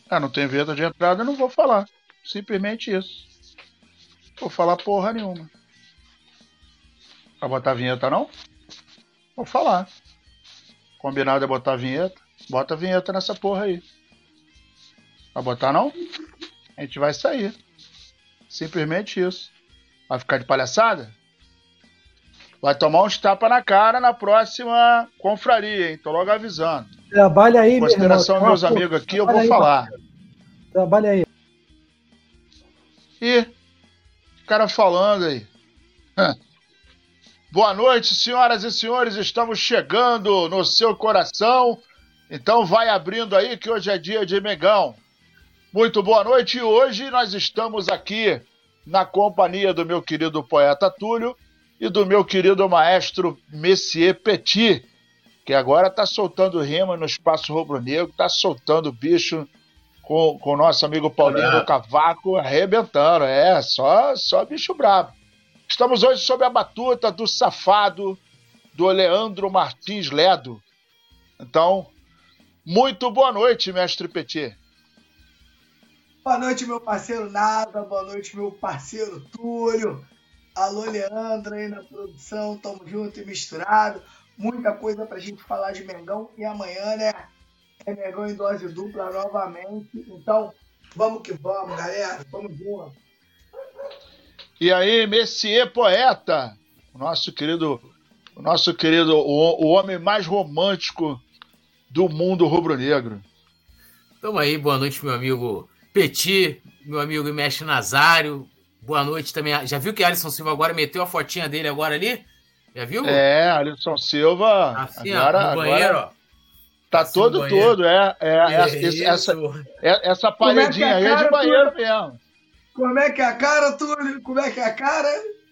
Não tem vinheta de entrada, eu não vou falar. Simplesmente isso. Vou falar porra nenhuma. Vai botar vinheta não? Vou falar. Combinado é botar vinheta? Bota a vinheta nessa porra aí. Vai botar não? A gente vai sair. Simplesmente isso. Vai ficar de palhaçada? Vai tomar uns tapas na cara na próxima confraria, hein? Tô logo avisando. Trabalha aí, em consideração aos meus amigos aqui, eu vou falar. Trabalha aí. Ih, o cara falando aí. Boa noite, senhoras e senhores. Estamos chegando no seu coração. Então vai abrindo aí que hoje é dia de Mengão. Muito boa noite. E hoje nós estamos aqui na companhia do meu querido poeta Túlio e do meu querido maestro Messier Petit, que agora está soltando rima no Espaço Rubro-Negro, está soltando bicho com o nosso amigo Paulinho do Cavaco, arrebentando. Só bicho brabo. Estamos hoje sob a batuta do safado, do Leandro Martins Ledo. Então, muito boa noite, mestre Petit. Boa noite, meu parceiro Nada. Boa noite, meu parceiro Túlio. Alô, Leandro, aí na produção. Tamo junto e misturado. Muita coisa pra gente falar de Mengão. E amanhã, né, é Mengão em dose dupla novamente. Então, vamos que vamos, galera. Vamos junto. E aí, Messier Poeta, o nosso querido, o homem mais romântico do mundo rubro-negro. Tamo aí, boa noite, meu amigo Petit, meu amigo Mestre Nazário. Boa noite também. Já viu que Alisson Silva agora meteu a fotinha dele agora ali? Já viu? Alisson Silva. Assim, agora, no banheiro, ó. Tá assim todo. Essa paredinha aí é de banheiro mesmo. Como é que é a cara, Túlio? Como é que é a cara?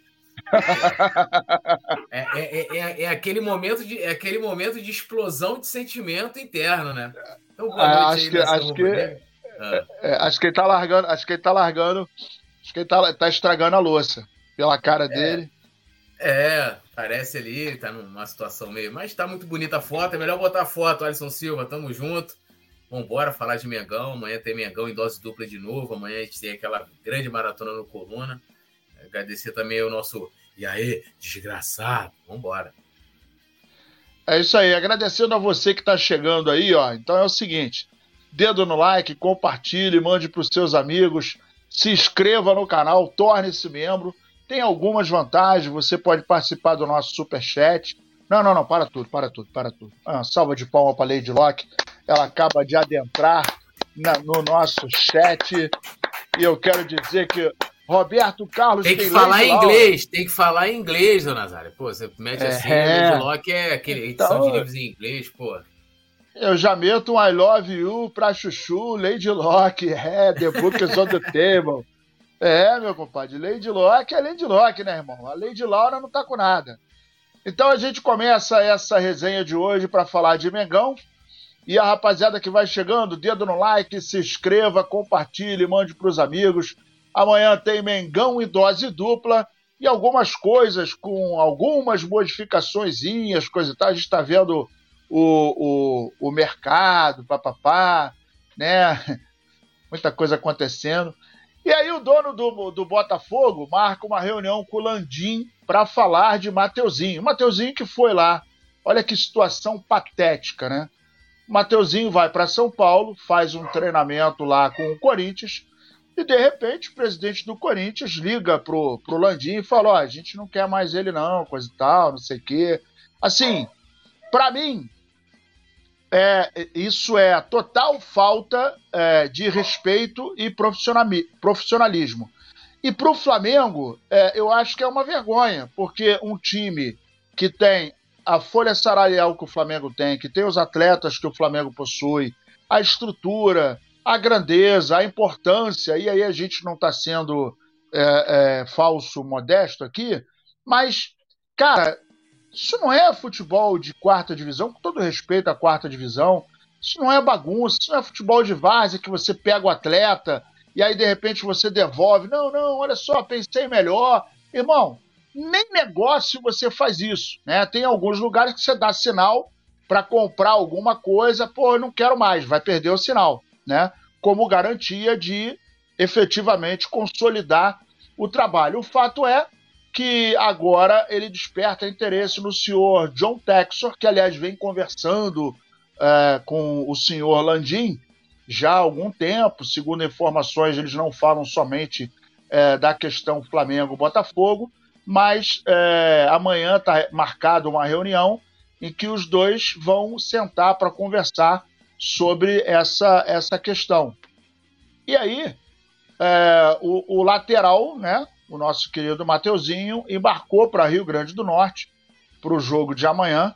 É aquele momento de explosão de sentimento interno, né? Então, boa noite acho que ele tá largando. Acho que ele tá estragando a louça pela cara dele. Parece ali, tá numa situação meio. Mas tá muito bonita a foto. É melhor botar a foto, Alisson Silva. Tamo junto. Vambora falar de Mengão. Amanhã tem Mengão em dose dupla de novo. Amanhã a gente tem aquela grande maratona no Coluna. Agradecer também o nosso... E aí, desgraçado. Vambora. É isso aí. Agradecendo a você que tá chegando aí, ó. Então é o seguinte. Dedo no like, compartilhe, mande pros seus amigos. Se inscreva no canal, torne-se membro. Tem algumas vantagens. Você pode participar do nosso superchat. Não, para tudo. Salva de palma para Lady Locke. Ela acaba de adentrar no nosso chat. E eu quero dizer que Roberto Carlos tem que falar em inglês. Tem que falar em inglês, dona Nazário. Pô, você mete assim, Lady Locke é aquele edição de livros em inglês, pô. Eu já meto um I love you pra Chuchu, Lady Locke. The book is on the table. Meu compadre. Lady Locke é Lady Locke, né, irmão? A Lady Laura não tá com nada. Então a gente começa essa resenha de hoje para falar de Mengão. E a rapaziada que vai chegando, dedo no like, se inscreva, compartilhe, mande para os amigos. Amanhã tem Mengão em dose dupla e algumas coisas com algumas modificaçõezinhas, coisa e tal. A gente está vendo o mercado, papapá, né? Muita coisa acontecendo. E aí o dono do Botafogo marca uma reunião com o Landim para falar de Mateuzinho. Mateuzinho que foi lá. Olha que situação patética, né? Mateuzinho vai para São Paulo, faz um treinamento lá com o Corinthians e, de repente, o presidente do Corinthians liga pro Landim e fala, a gente não quer mais ele não, coisa e tal, não sei o quê. Assim, para mim, isso é total falta de respeito e profissionalismo. E para o Flamengo, eu acho que é uma vergonha, porque um time que tem a folha salarial que o Flamengo tem, que tem os atletas que o Flamengo possui, a estrutura, a grandeza, a importância, e aí a gente não está sendo falso, modesto aqui, mas, cara, isso não é futebol de quarta divisão, com todo respeito à quarta divisão, isso não é bagunça, isso não é futebol de várzea que você pega o atleta e aí de repente você devolve. Não, olha só, pensei melhor. Irmão, nem negócio você faz isso, né? Tem alguns lugares que você dá sinal para comprar alguma coisa, eu não quero mais, vai perder o sinal, né? como garantia de efetivamente consolidar o trabalho. O fato é que agora ele desperta interesse no senhor John Textor, que, aliás, vem conversando com o senhor Landim já há algum tempo. Segundo informações, eles não falam somente da questão Flamengo-Botafogo, mas amanhã está marcada uma reunião em que os dois vão sentar para conversar sobre essa questão. E aí, o lateral, né, o nosso querido Mateuzinho, embarcou para Rio Grande do Norte para o jogo de amanhã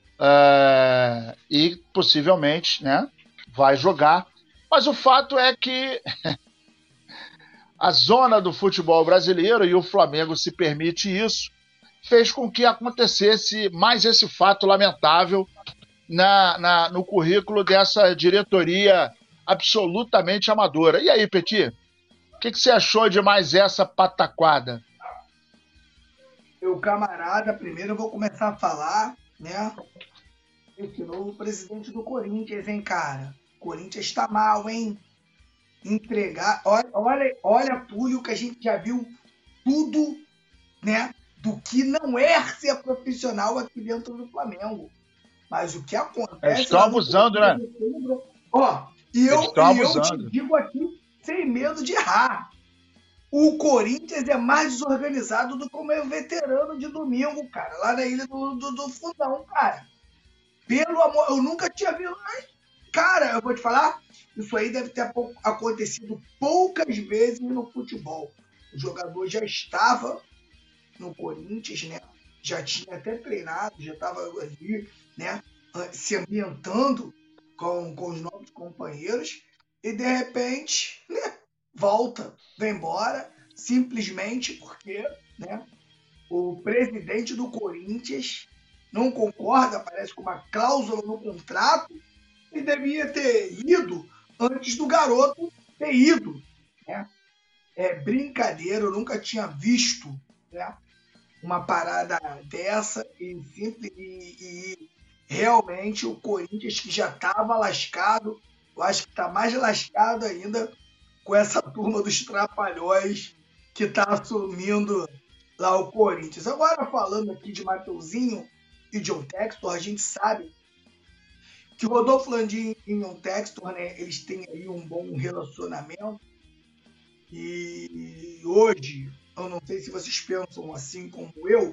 e possivelmente, né, vai jogar. Mas o fato é que a zona do futebol brasileiro, e o Flamengo se permite isso, fez com que acontecesse mais esse fato lamentável no currículo dessa diretoria absolutamente amadora. E aí, Petit, o que você achou de mais essa pataquada? Meu camarada, primeiro eu vou começar a falar, né? Esse novo presidente do Corinthians, hein, cara? O Corinthians tá mal, hein? Entregar. Olha, Túlio, que a gente já viu tudo, né? Do que não é ser profissional aqui dentro do Flamengo. Mas o que acontece... Eles estão abusando, né? E eu te digo aqui, sem medo de errar. O Corinthians é mais desorganizado do que o meu veterano de domingo, cara. Lá na Ilha do Fundão, cara. Pelo amor... Eu nunca tinha visto... Cara, eu vou te falar, isso aí deve ter acontecido poucas vezes no futebol. O jogador já estava no Corinthians, né? Já tinha até treinado, já estava ali, né? Se ambientando com os novos companheiros e de repente, né? Volta, vem embora, simplesmente porque, né? O presidente do Corinthians não concorda, parece com uma cláusula no contrato, e devia ter ido antes do garoto ter ido, né? É brincadeira, eu nunca tinha visto, né, uma parada dessa e realmente o Corinthians, que já estava lascado, eu acho que está mais lascado ainda com essa turma dos trapalhões que está assumindo lá o Corinthians. Agora, falando aqui de Mateuzinho e John Textor, a gente sabe que o Rodolfo Landim e o John Textor, né, eles têm aí um bom relacionamento. E hoje, eu não sei se vocês pensam assim como eu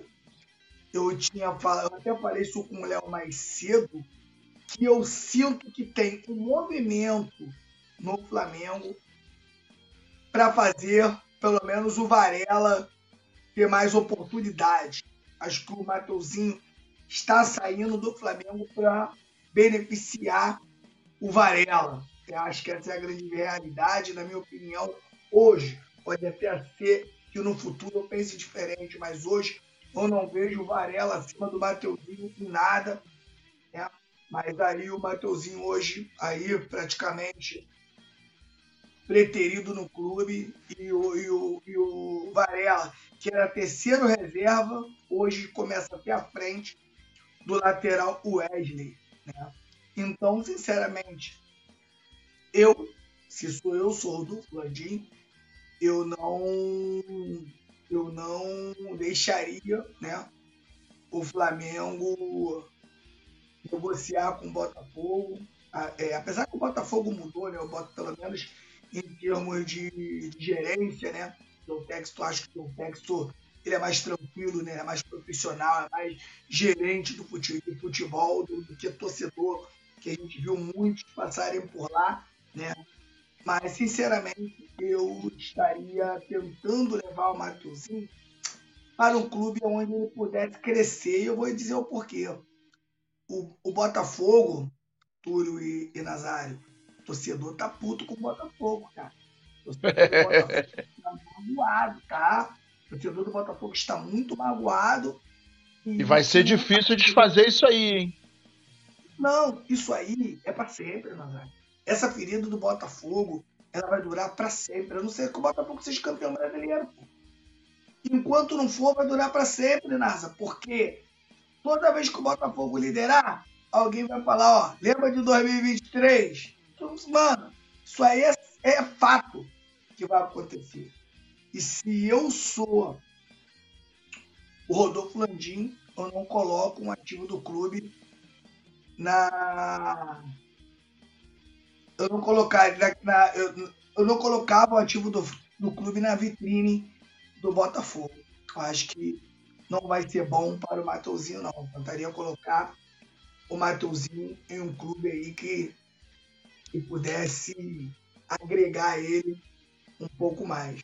até falei isso com o Léo mais cedo, que eu sinto que tem um movimento no Flamengo para fazer, pelo menos, o Varela ter mais oportunidade. Acho que o Mateuzinho está saindo do Flamengo para beneficiar o Varela. Eu acho que essa é a grande realidade, na minha opinião, hoje. Pode até ser que no futuro eu pense diferente, mas hoje eu não vejo o Varela acima do Mateuzinho em nada, né? Mas aí o Mateuzinho hoje, aí praticamente preterido no clube, e o Varela, que era terceiro reserva, hoje começa a ter à frente do lateral Wesley, né? Então, sinceramente, se sou eu, sou do Landim, eu não deixaria, né, o Flamengo negociar com o Botafogo. Apesar que o Botafogo mudou, né, eu boto pelo menos em termos de gerência, né? O Texto, acho que o Texto ele é mais tranquilo, né? É mais profissional, é mais gerente do futebol do que torcedor, que a gente viu muitos passarem por lá, né? Mas, sinceramente, eu estaria tentando levar o Mateuzinho para um clube onde ele pudesse crescer, e eu vou dizer o porquê. O Botafogo, Túlio e Nazário, o torcedor tá puto com o Botafogo, cara. O torcedor do Botafogo está magoado, tá? O torcedor do Botafogo está muito magoado. E vai ser difícil desfazer isso aí, hein? Não, isso aí é para sempre, Nazário. Essa ferida do Botafogo, ela vai durar para sempre. Eu não sei que o Botafogo seja campeão brasileiro, pô. Enquanto não for, vai durar para sempre, Nasa. Porque toda vez que o Botafogo liderar, alguém vai falar, ó, lembra de 2023? Então, mano, isso aí é É fato que vai acontecer. E se eu sou o Rodolfo Landim, eu não coloco um ativo do clube eu não colocava o ativo do clube na vitrine do Botafogo. Eu acho que não vai ser bom para o Matheusinho, não. Eu tentaria colocar o Matheusinho em um clube aí que pudesse agregar ele um pouco mais.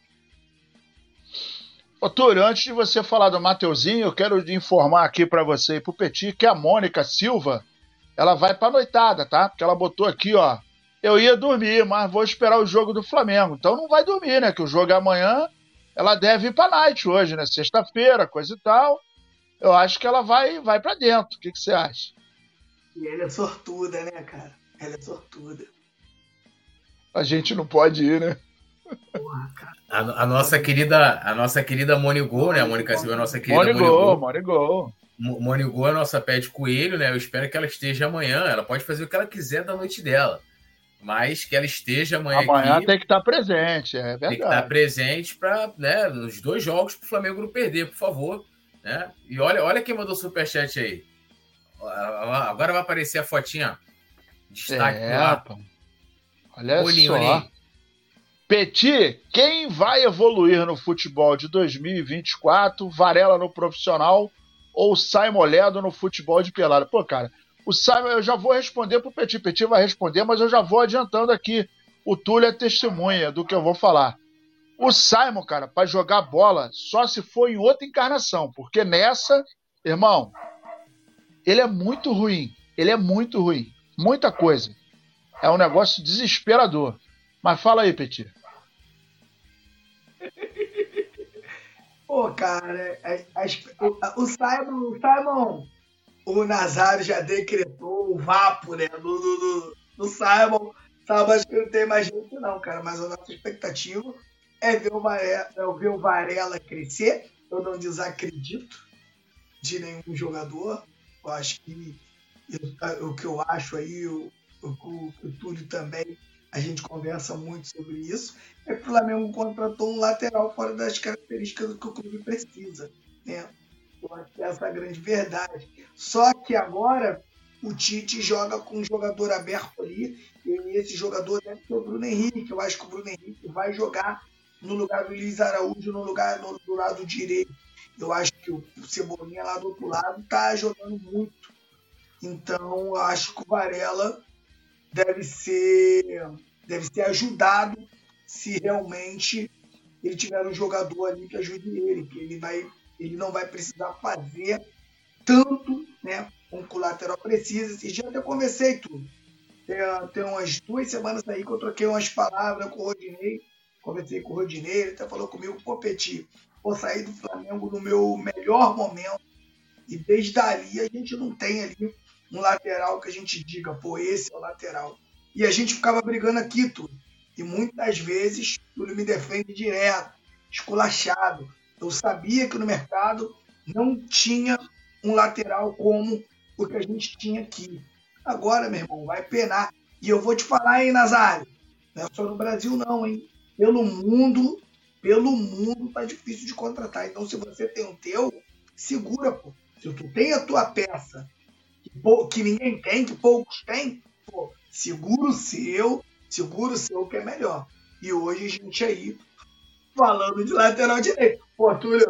Ô, Túlio, antes de você falar do Matheusinho, eu quero informar aqui para você e pro Petit que a Mônica Silva, ela vai pra noitada, tá? Porque ela botou aqui, ó, eu ia dormir, mas vou esperar o jogo do Flamengo. Então não vai dormir, né? Que o jogo é amanhã, ela deve ir pra night hoje, né? Sexta-feira, coisa e tal. Eu acho que ela vai pra dentro. O que você acha? E ela é sortuda, né, cara? Ela é sortuda. A gente não pode ir, né? Porra, cara. A nossa querida Monigol, né? A Mônica Silva é a nossa querida Monigol. Monigol é a nossa pé de coelho, né? Eu espero que ela esteja amanhã. Ela pode fazer o que ela quiser da noite dela. Mas que ela esteja amanhã aqui. Tem que estar presente, é verdade. Tem que estar presente para, né, nos 2 jogos para o Flamengo não perder, por favor. Né? E olha quem mandou superchat aí. Agora vai aparecer a fotinha. Destaque lá. Olha só. Petit, quem vai evoluir no futebol de 2024? Varela no profissional ou Simon Ledo no futebol de pelada? Pô, cara, o Simon, eu já vou responder pro Petit. Petit vai responder, mas eu já vou adiantando aqui. O Túlio é testemunha do que eu vou falar. O Simon, cara, para jogar bola, só se for em outra encarnação. Porque nessa, irmão, ele é muito ruim. Ele é muito ruim. Muita coisa. É um negócio desesperador. Mas fala aí, Petit. Pô, cara, o Simon, o Nazário já decretou o vapo, né, do Simon. Acho que não tem mais gente não, cara, mas a nossa expectativa é ver o Varela crescer. Eu não desacredito de nenhum jogador. Eu acho que o que eu acho aí, o Túlio também, a gente conversa muito sobre isso, é que o Flamengo contratou um lateral fora das características do que o clube precisa, né? Eu acho que essa é a grande verdade. Só que agora o Tite joga com um jogador aberto ali, e esse jogador deve ser o Bruno Henrique. Eu acho que o Bruno Henrique vai jogar no lugar do Luiz Araújo, do lado direito. Eu acho que o Cebolinha lá do outro lado está jogando muito. Então, eu acho que o Varela deve ser ajudado se realmente ele tiver um jogador ali que ajude ele, que ele não vai precisar fazer tanto, né, como o lateral precisa. Esse dia eu até conversei tudo. Tem umas 2 semanas aí que eu troquei umas palavras com o Rodinei, conversei com o Rodinei, ele até falou comigo, pô, Petit, vou sair do Flamengo no meu melhor momento, e desde ali a gente não tem ali um lateral que a gente diga, pô, esse é o lateral. E a gente ficava brigando aqui, tudo. E muitas vezes Túlio me defende direto, esculachado. Eu sabia que no mercado não tinha um lateral como o que a gente tinha aqui. Agora, meu irmão, vai penar. E eu vou te falar, hein, Nazário? Não é só no Brasil, não, hein? Pelo mundo tá difícil de contratar. Então, se você tem o teu, segura, pô. Se tu tem a tua peça, que ninguém tem, que poucos têm, pô, segura o seu que é melhor. E hoje a gente aí falando de lateral direito. Pô, Túlio,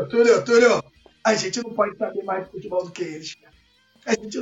a gente não pode saber mais de futebol do que eles, cara. A gente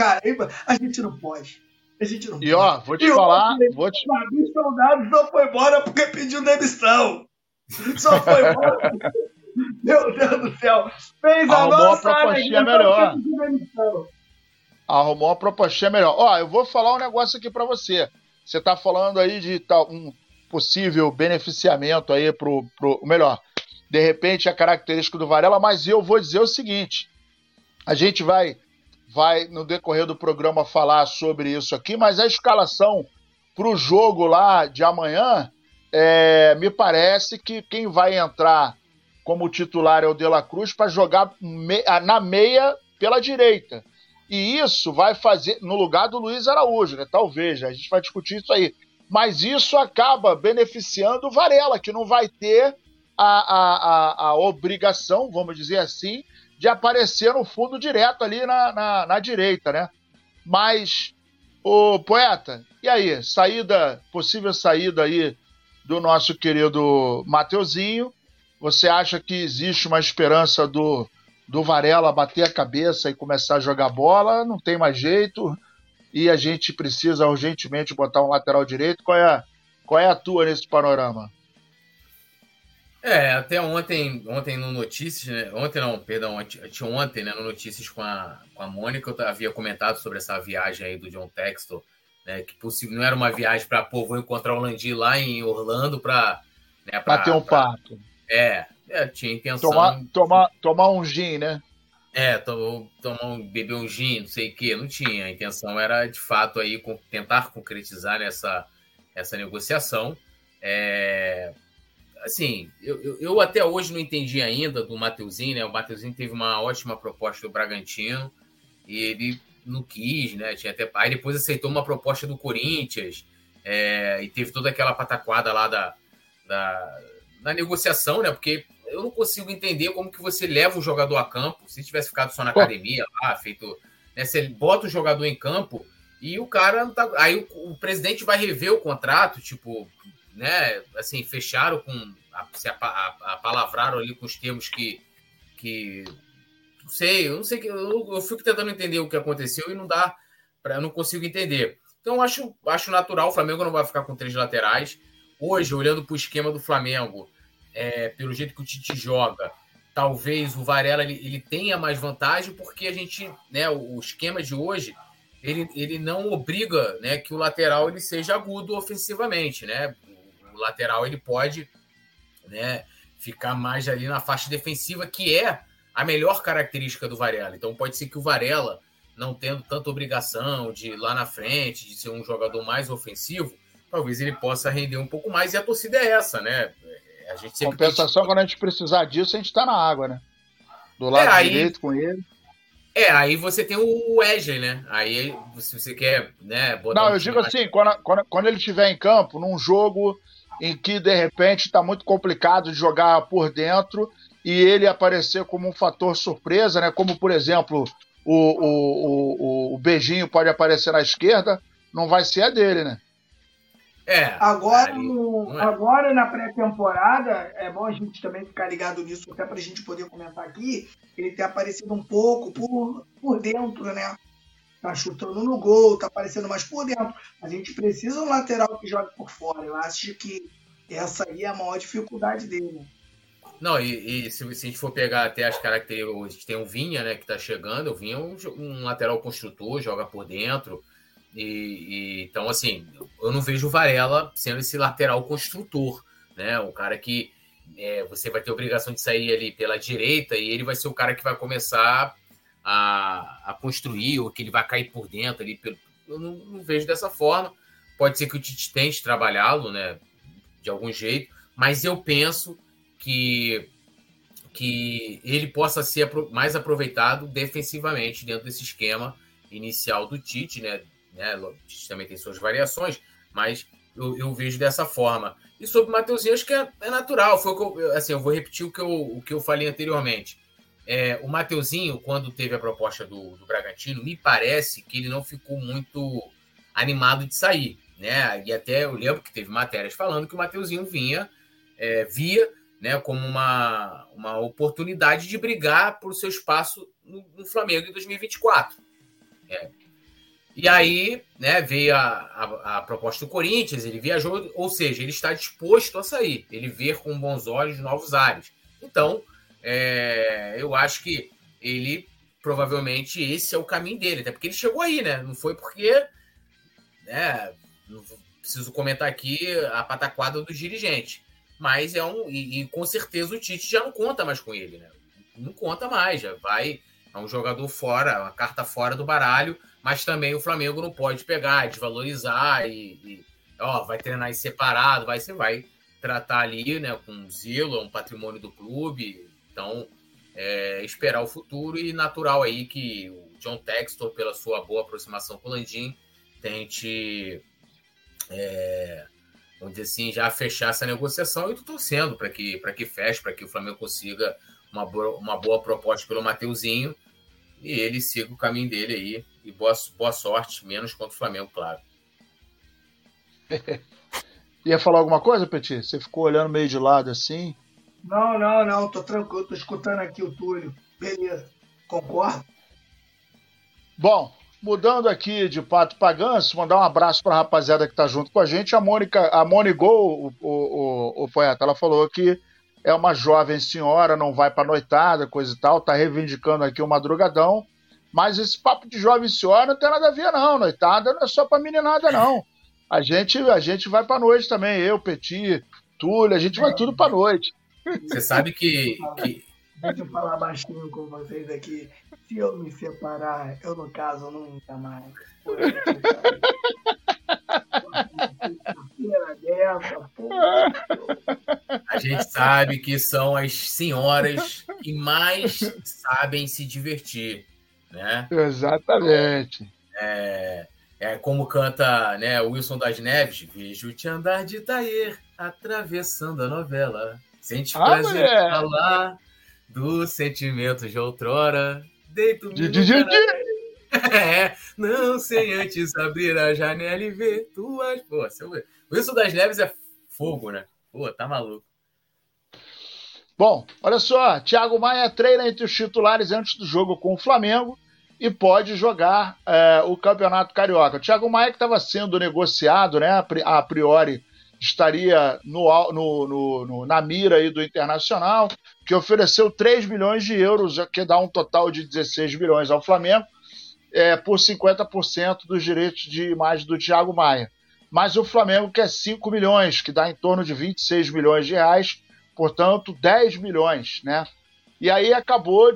não pode. E ó, vou te falar. O soldado só foi embora porque pediu demissão. Só foi embora. Meu Deus do céu. Fez arrumou a propostinha melhor. Arrumou a propostinha melhor. Ó, eu vou falar um negócio aqui pra você. Você tá falando aí de um possível beneficiamento aí melhor, de repente a característica do Varela, mas eu vou dizer o seguinte, a gente vai no decorrer do programa falar sobre isso aqui, mas a escalação pro jogo lá de amanhã, me parece que quem vai entrar como titular é o De La Cruz para jogar na meia pela direita. E isso vai fazer no lugar do Luiz Araújo, né? Talvez, a gente vai discutir isso aí. mas isso acaba beneficiando o Varela, que não vai ter a obrigação, vamos dizer assim, de aparecer no fundo direto ali na direita, né? Mas, o Poeta, e aí? Possível saída aí do nosso querido Mateuzinho. Você acha que existe uma esperança do Varela bater a cabeça e começar a jogar bola? Não tem mais jeito e a gente precisa urgentemente botar um lateral direito. Qual é a tua nesse panorama? Até ontem no Notícias, né? Ontem, né, no Notícias com a Mônica, eu havia comentado sobre essa viagem aí do John Textor, né, que não era uma viagem para, vou encontrar o Landim lá em Orlando para... Né, bater um papo. Tinha intenção... Tomar um gin, né? Beber um gin, não sei o quê, não tinha. A intenção era, de fato, aí, tentar concretizar essa negociação. Assim, eu até hoje não entendi ainda do Mateuzinho, né? O Mateuzinho teve uma ótima proposta do Bragantino e ele não quis, né? Aí depois aceitou uma proposta do Corinthians e teve toda aquela pataquada lá da negociação, né? Porque eu não consigo entender como que você leva o jogador a campo, se tivesse ficado só na academia lá, feito... Né? Você bota o jogador em campo e o cara não tá... Aí o presidente vai rever o contrato, tipo... Né, assim, fecharam se apalavraram ali com os termos que eu não sei, eu fico tentando entender o que aconteceu e eu não consigo entender. Então, acho natural, o Flamengo não vai ficar com 3 laterais. Hoje, olhando para o esquema do Flamengo, pelo jeito que o Tite joga, talvez o Varela ele tenha mais vantagem, porque a gente, né, o esquema de hoje, ele não obriga, né, que o lateral ele seja agudo ofensivamente, né? O lateral ele pode, né, ficar mais ali na faixa defensiva, que é a melhor característica do Varela. Então pode ser que o Varela, não tendo tanta obrigação de ir lá na frente, de ser um jogador mais ofensivo, talvez ele possa render um pouco mais, e a torcida é essa, né? A gente sempre compensação, quando a gente precisar disso, a gente tá na água, né? Do lado direito com ele. Aí você tem o Wesley, né? Aí, se você quer, né, botar... Não, eu digo assim, quando ele estiver em campo, num jogo em que, de repente, está muito complicado de jogar por dentro e ele aparecer como um fator surpresa, né? Como, por exemplo, o Beijinho pode aparecer na esquerda, não vai ser a dele, né? Agora, na pré-temporada, é bom a gente também ficar ligado nisso, até para a gente poder comentar aqui, ele tem aparecido um pouco por dentro, né? Tá chutando no gol, tá aparecendo mais por dentro. A gente precisa um lateral que jogue por fora. Eu acho que essa aí é a maior dificuldade dele. Não, e se a gente for pegar até as características, a gente tem o Vinha, né, que tá chegando. O Vinha é um lateral construtor, joga por dentro. Então, assim, eu não vejo o Varela sendo esse lateral construtor, né? O cara que você vai ter a obrigação de sair ali pela direita e ele vai ser o cara que vai começar a construir, ou que ele vai cair por dentro ali. Eu não vejo dessa forma. Pode ser que o Tite tente trabalhá-lo, né, de algum jeito, mas eu penso que ele possa ser mais aproveitado defensivamente dentro desse esquema inicial do Tite, né? O Tite também tem suas variações, mas eu vejo dessa forma. E sobre o Mateuzinho, acho que é natural. Foi o que eu vou repetir o que eu falei anteriormente. O Mateuzinho, quando teve a proposta do Bragantino, me parece que ele não ficou muito animado de sair, né? E até eu lembro que teve matérias falando que o Mateuzinho via, né, como uma oportunidade de brigar por seu espaço no Flamengo em 2024. E aí, né, veio a proposta do Corinthians, ele viajou, ou seja, ele está disposto a sair, ele vê com bons olhos novos ares. Então, eu acho que ele, provavelmente, esse é o caminho dele, até porque ele chegou aí, né? Não foi porque, né, não preciso comentar aqui a pataquada dos dirigentes, mas e com certeza o Tite já não conta mais com ele, né? Não conta mais, já vai, é um jogador fora, uma carta fora do baralho, mas também o Flamengo não pode pegar, desvalorizar vai treinar em separado, você vai tratar ali, né, com zelo, é um patrimônio do clube. Então, esperar o futuro, e natural aí que o John Textor, pela sua boa aproximação com o Landim, tente vamos dizer assim, já fechar essa negociação. E estou torcendo para que feche, para que o Flamengo consiga uma boa proposta pelo Mateuzinho e ele siga o caminho dele aí. E boa sorte, menos contra o Flamengo, claro. Ia falar alguma coisa, Petit? Você ficou olhando meio de lado assim? Não, tô tranquilo, tô escutando aqui o Túlio. Beleza, concordo. Bom, mudando aqui de pato pra ganso, mandar um abraço pra rapaziada que tá junto com a gente. A Monigol, o poeta, ela falou que é uma jovem senhora, não vai pra noitada, coisa e tal, tá reivindicando aqui o madrugadão. Mas esse papo de jovem senhora não tem nada a ver, não. Noitada não é só pra meninada, não. A gente vai pra noite também. Eu, Petit, Túlio, a gente vai tudo pra noite. Você sabe que... Deixa eu falar baixinho com vocês aqui. Se eu me separar, eu no caso nunca mais. A gente sabe que são as senhoras que mais sabem se divertir, né? Exatamente. Como canta, né, o Wilson das Neves, vejo-te andar de taier, atravessando a novela. Sente prazer em falar do sentimento de outrora. Deito-me não sem antes abrir a janela e ver tuas... Pô, o Wilson das Neves é fogo, né? Pô, tá maluco. Bom, olha só, Thiago Maia treina entre os titulares antes do jogo com o Flamengo e pode jogar o Campeonato Carioca. O Thiago Maia, que estava sendo negociado, né, a priori estaria na mira aí do Internacional, que ofereceu 3 milhões de euros, que dá um total de 16 milhões ao Flamengo, por 50% dos direitos de imagem do Thiago Maia. Mas o Flamengo quer 5 milhões, que dá em torno de 26 milhões de reais, portanto 10 milhões, né? E aí acabou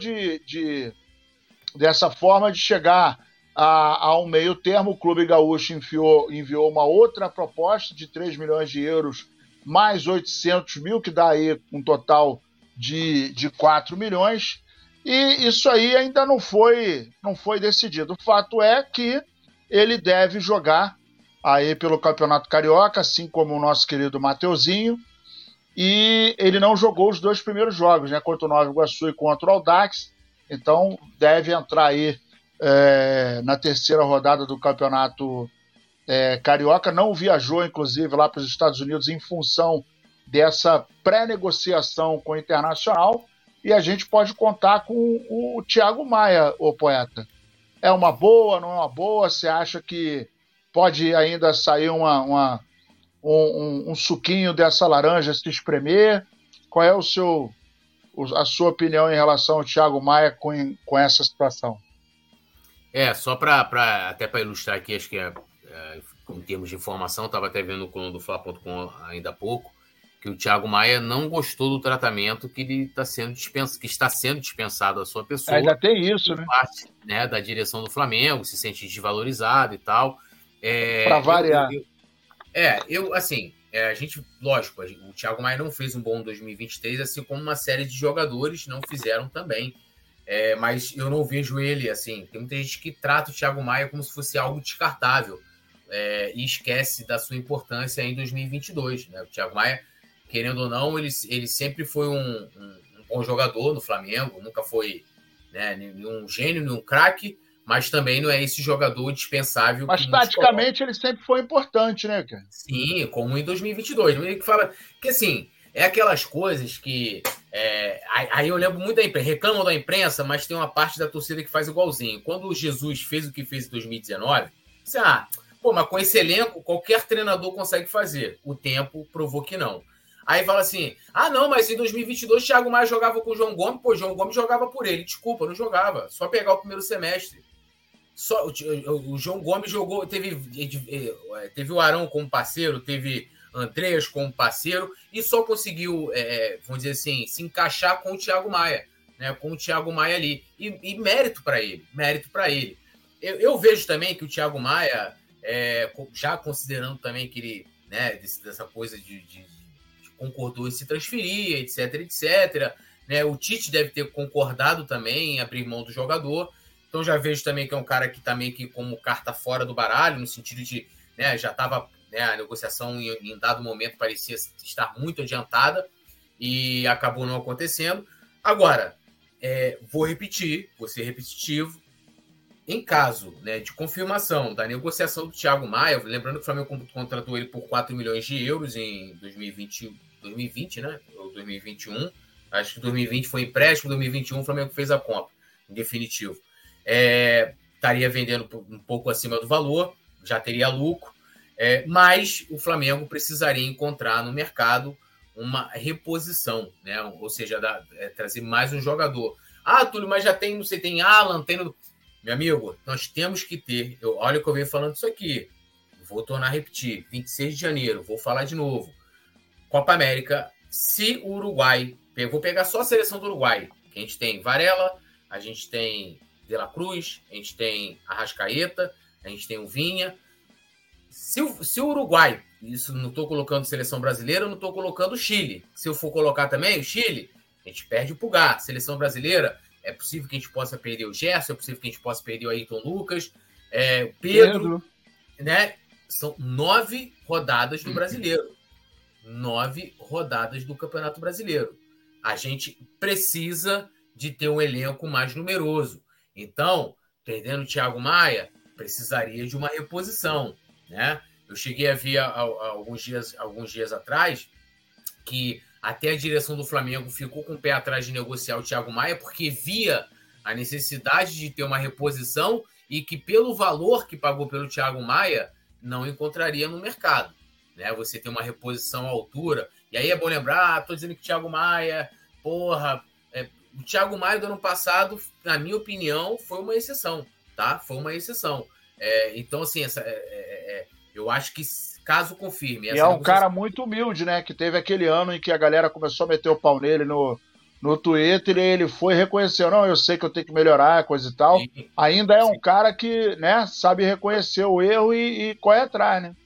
dessa forma de chegar a um meio termo. O Clube Gaúcho enviou uma outra proposta de 3 milhões de euros mais 800 mil, que dá aí um total de 4 milhões. E isso aí ainda não foi decidido. O fato é que ele deve jogar aí pelo Campeonato Carioca, assim como o nosso querido Mateuzinho. E ele não jogou os 2 primeiros jogos, né, contra o Nova Iguaçu e contra o Audax. Então deve entrar aí na terceira rodada do Campeonato Carioca. Não viajou, inclusive, lá para os Estados Unidos em função dessa pré-negociação com o Internacional. E a gente pode contar com o Thiago Maia, o poeta. É uma boa, não é uma boa? Você acha que pode ainda sair um suquinho dessa laranja se espremer? Qual é a sua opinião em relação ao Thiago Maia com essa situação? Só até para ilustrar aqui, acho que em termos de informação, estava até vendo o coluna do Fla.com ainda há pouco, que o Thiago Maia não gostou do tratamento que ele está sendo dispensado a sua pessoa. Ainda tem isso, né? Parte, né, da direção do Flamengo, se sente desvalorizado e tal. Para variar. A gente, lógico, o Thiago Maia não fez um bom 2023, assim como uma série de jogadores não fizeram também. Mas eu não vejo ele, assim, tem muita gente que trata o Thiago Maia como se fosse algo descartável e esquece da sua importância em 2022, né? O Thiago Maia, querendo ou não, ele sempre foi um bom jogador no Flamengo, nunca foi, né, nenhum gênio, nenhum craque, mas também não é esse jogador dispensável. Mas taticamente ele sempre foi importante, né, cara? Sim, como em 2022. Ele fala que, assim, é aquelas coisas que... aí eu lembro muito da imprensa, reclamam da imprensa, mas tem uma parte da torcida que faz igualzinho. Quando o Jesus fez o que fez em 2019, você, mas com esse elenco, qualquer treinador consegue fazer. O tempo provou que não. Aí fala assim, não, mas em 2022 o Thiago Maia jogava com o João Gomes, o João Gomes jogava por ele. Desculpa, não jogava. Só pegar o primeiro semestre. Só, o João Gomes jogou, teve o Arão como parceiro, teve Andreas como parceiro e só conseguiu, vamos dizer assim, se encaixar com o Thiago Maia, né? Com o Thiago Maia ali. E mérito para ele. Eu vejo também que o Thiago Maia, já considerando também que ele, né, dessa coisa de concordou em se transferir, etc. Né? O Tite deve ter concordado também em abrir mão do jogador. Então já vejo também que é um cara que também que como carta fora do baralho, no sentido de, né, já estava né? A negociação em dado momento parecia estar muito adiantada e acabou não acontecendo. Agora, vou repetir, vou ser repetitivo. Em caso, né, de confirmação da negociação do Thiago Maia, lembrando que o Flamengo contratou ele por 4 milhões de euros em 2020, né? Ou 2021. Acho que 2020 foi empréstimo, 2021 o Flamengo fez a compra, em definitivo. Estaria vendendo um pouco acima do valor, já teria lucro, mas o Flamengo precisaria encontrar no mercado uma reposição, né? Ou seja, trazer mais um jogador. Ah, Túlio, mas já tem, não sei, tem Alan, tem... Meu amigo, nós temos que ter... Olha o que eu venho falando isso aqui. Vou tornar a repetir. 26 de janeiro, vou falar de novo. Copa América, se o Uruguai... Vou pegar só a seleção do Uruguai. Que a gente tem Varela, a gente tem De La Cruz, a gente tem Arrascaeta, a gente tem o Vinha. Se o Uruguai... Isso não estou colocando seleção brasileira, não estou colocando o Chile. Se eu for colocar também o Chile, a gente perde o Pulgar. Seleção brasileira... É possível que a gente possa perder o Gerson, é possível que a gente possa perder o Ayrton Lucas, Pedro, né? São 9 rodadas do Brasileiro. 9 rodadas do Campeonato Brasileiro. A gente precisa de ter um elenco mais numeroso. Então, perdendo o Thiago Maia, precisaria de uma reposição, né? Eu cheguei a ver alguns dias atrás que até a direção do Flamengo ficou com o pé atrás de negociar o Thiago Maia, porque via a necessidade de ter uma reposição e que, pelo valor que pagou pelo Thiago Maia, não encontraria no mercado, né? Você tem uma reposição à altura. E aí é bom lembrar, estou dizendo que o Thiago Maia, o Thiago Maia do ano passado, na minha opinião, foi uma exceção, tá? Foi uma exceção. Então, assim, eu acho que caso confirme. E é um cara muito humilde, né? Que teve aquele ano em que a galera começou a meter o pau nele no Twitter e ele foi e reconheceu, não, eu sei que eu tenho que melhorar, coisa e tal. Sim. Ainda é um cara que, né, sabe reconhecer o erro e corre atrás, né?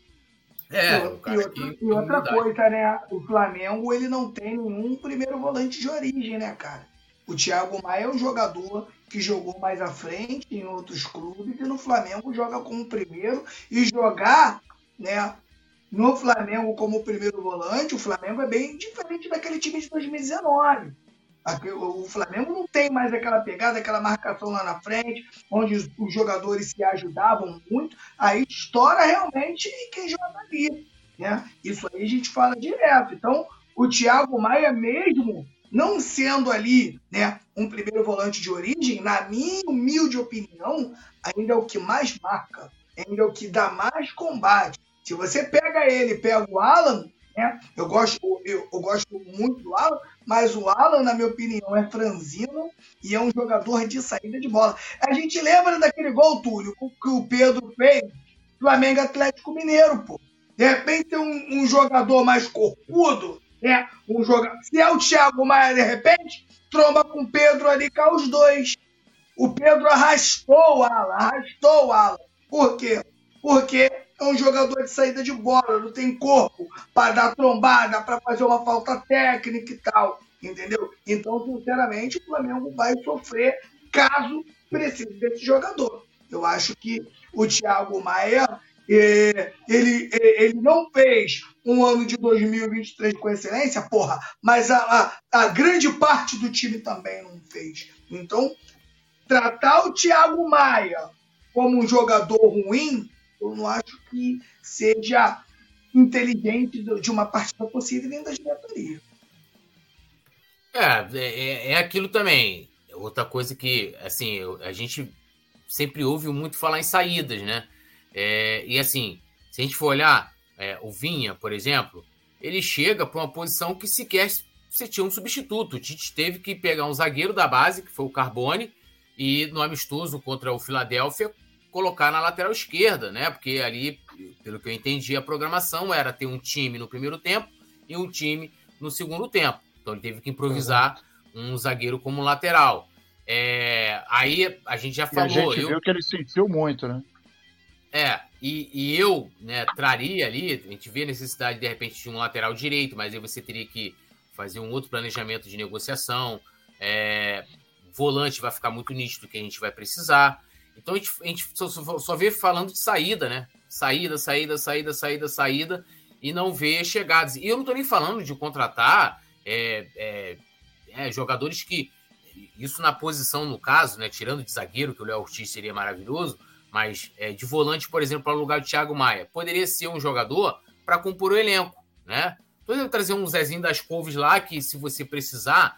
E outra coisa, né? O Flamengo, ele não tem nenhum primeiro volante de origem, né, cara? O Thiago Maia é um jogador que jogou mais à frente em outros clubes e no Flamengo joga como primeiro. E jogar, né, no Flamengo como primeiro volante, o Flamengo é bem diferente daquele time de 2019. O Flamengo não tem mais aquela pegada, aquela marcação lá na frente, onde os jogadores se ajudavam muito. Aí estoura realmente quem joga ali, né? Isso aí a gente fala direto. Então, o Thiago Maia mesmo, não sendo ali, né, um primeiro volante de origem, na minha humilde opinião, ainda é o que mais marca, ainda é o que dá mais combate. Se você pega o Alan, né, eu gosto muito do Alan, mas o Alan, na minha opinião, é franzino e é um jogador de saída de bola. A gente lembra daquele gol, Túlio, que o Pedro fez, Flamengo Atlético Mineiro, pô. De repente tem um jogador mais corpudo, né? Se é o Thiago Maia, de repente, tromba com o Pedro ali, cá os dois. O Pedro arrastou o Alan. Por quê? Porque é um jogador de saída de bola, não tem corpo para dar trombada, para fazer uma falta técnica e tal, entendeu? Então, sinceramente, o Flamengo vai sofrer caso precise desse jogador. Eu acho que o Thiago Maia, ele não fez um ano de 2023 com excelência, porra, mas a grande parte do time também não fez. Então, tratar o Thiago Maia como um jogador ruim, eu não acho que seja inteligente de uma partida possível nem da diretoria. É aquilo também. Outra coisa que, assim, a gente sempre ouve muito falar em saídas, né? E assim, se a gente for olhar o Vinha, por exemplo, ele chega para uma posição que sequer você tinha um substituto. O Tite teve que pegar um zagueiro da base, que foi o Carbone, e no amistoso contra o Philadelphia, colocar na lateral esquerda, né? Porque ali, pelo que eu entendi, a programação era ter um time no primeiro tempo e um time no segundo tempo. Então ele teve que improvisar um zagueiro como lateral. Aí a gente já falou... E a gente viu que ele sentiu muito, né? E eu, né, traria ali, a gente vê a necessidade, de repente, de um lateral direito, mas aí você teria que fazer um outro planejamento de negociação. Volante vai ficar muito nítido que a gente vai precisar. Então a gente só vê falando de saída, né? saída, e não vê chegadas. E eu não estou nem falando de contratar jogadores que, isso na posição, no caso, né, tirando de zagueiro, que o Léo Ortiz seria maravilhoso, mas de volante, por exemplo, para o lugar do Thiago Maia, poderia ser um jogador para compor o elenco, né? Poderia trazer um Zezinho das Couves lá, que se você precisar,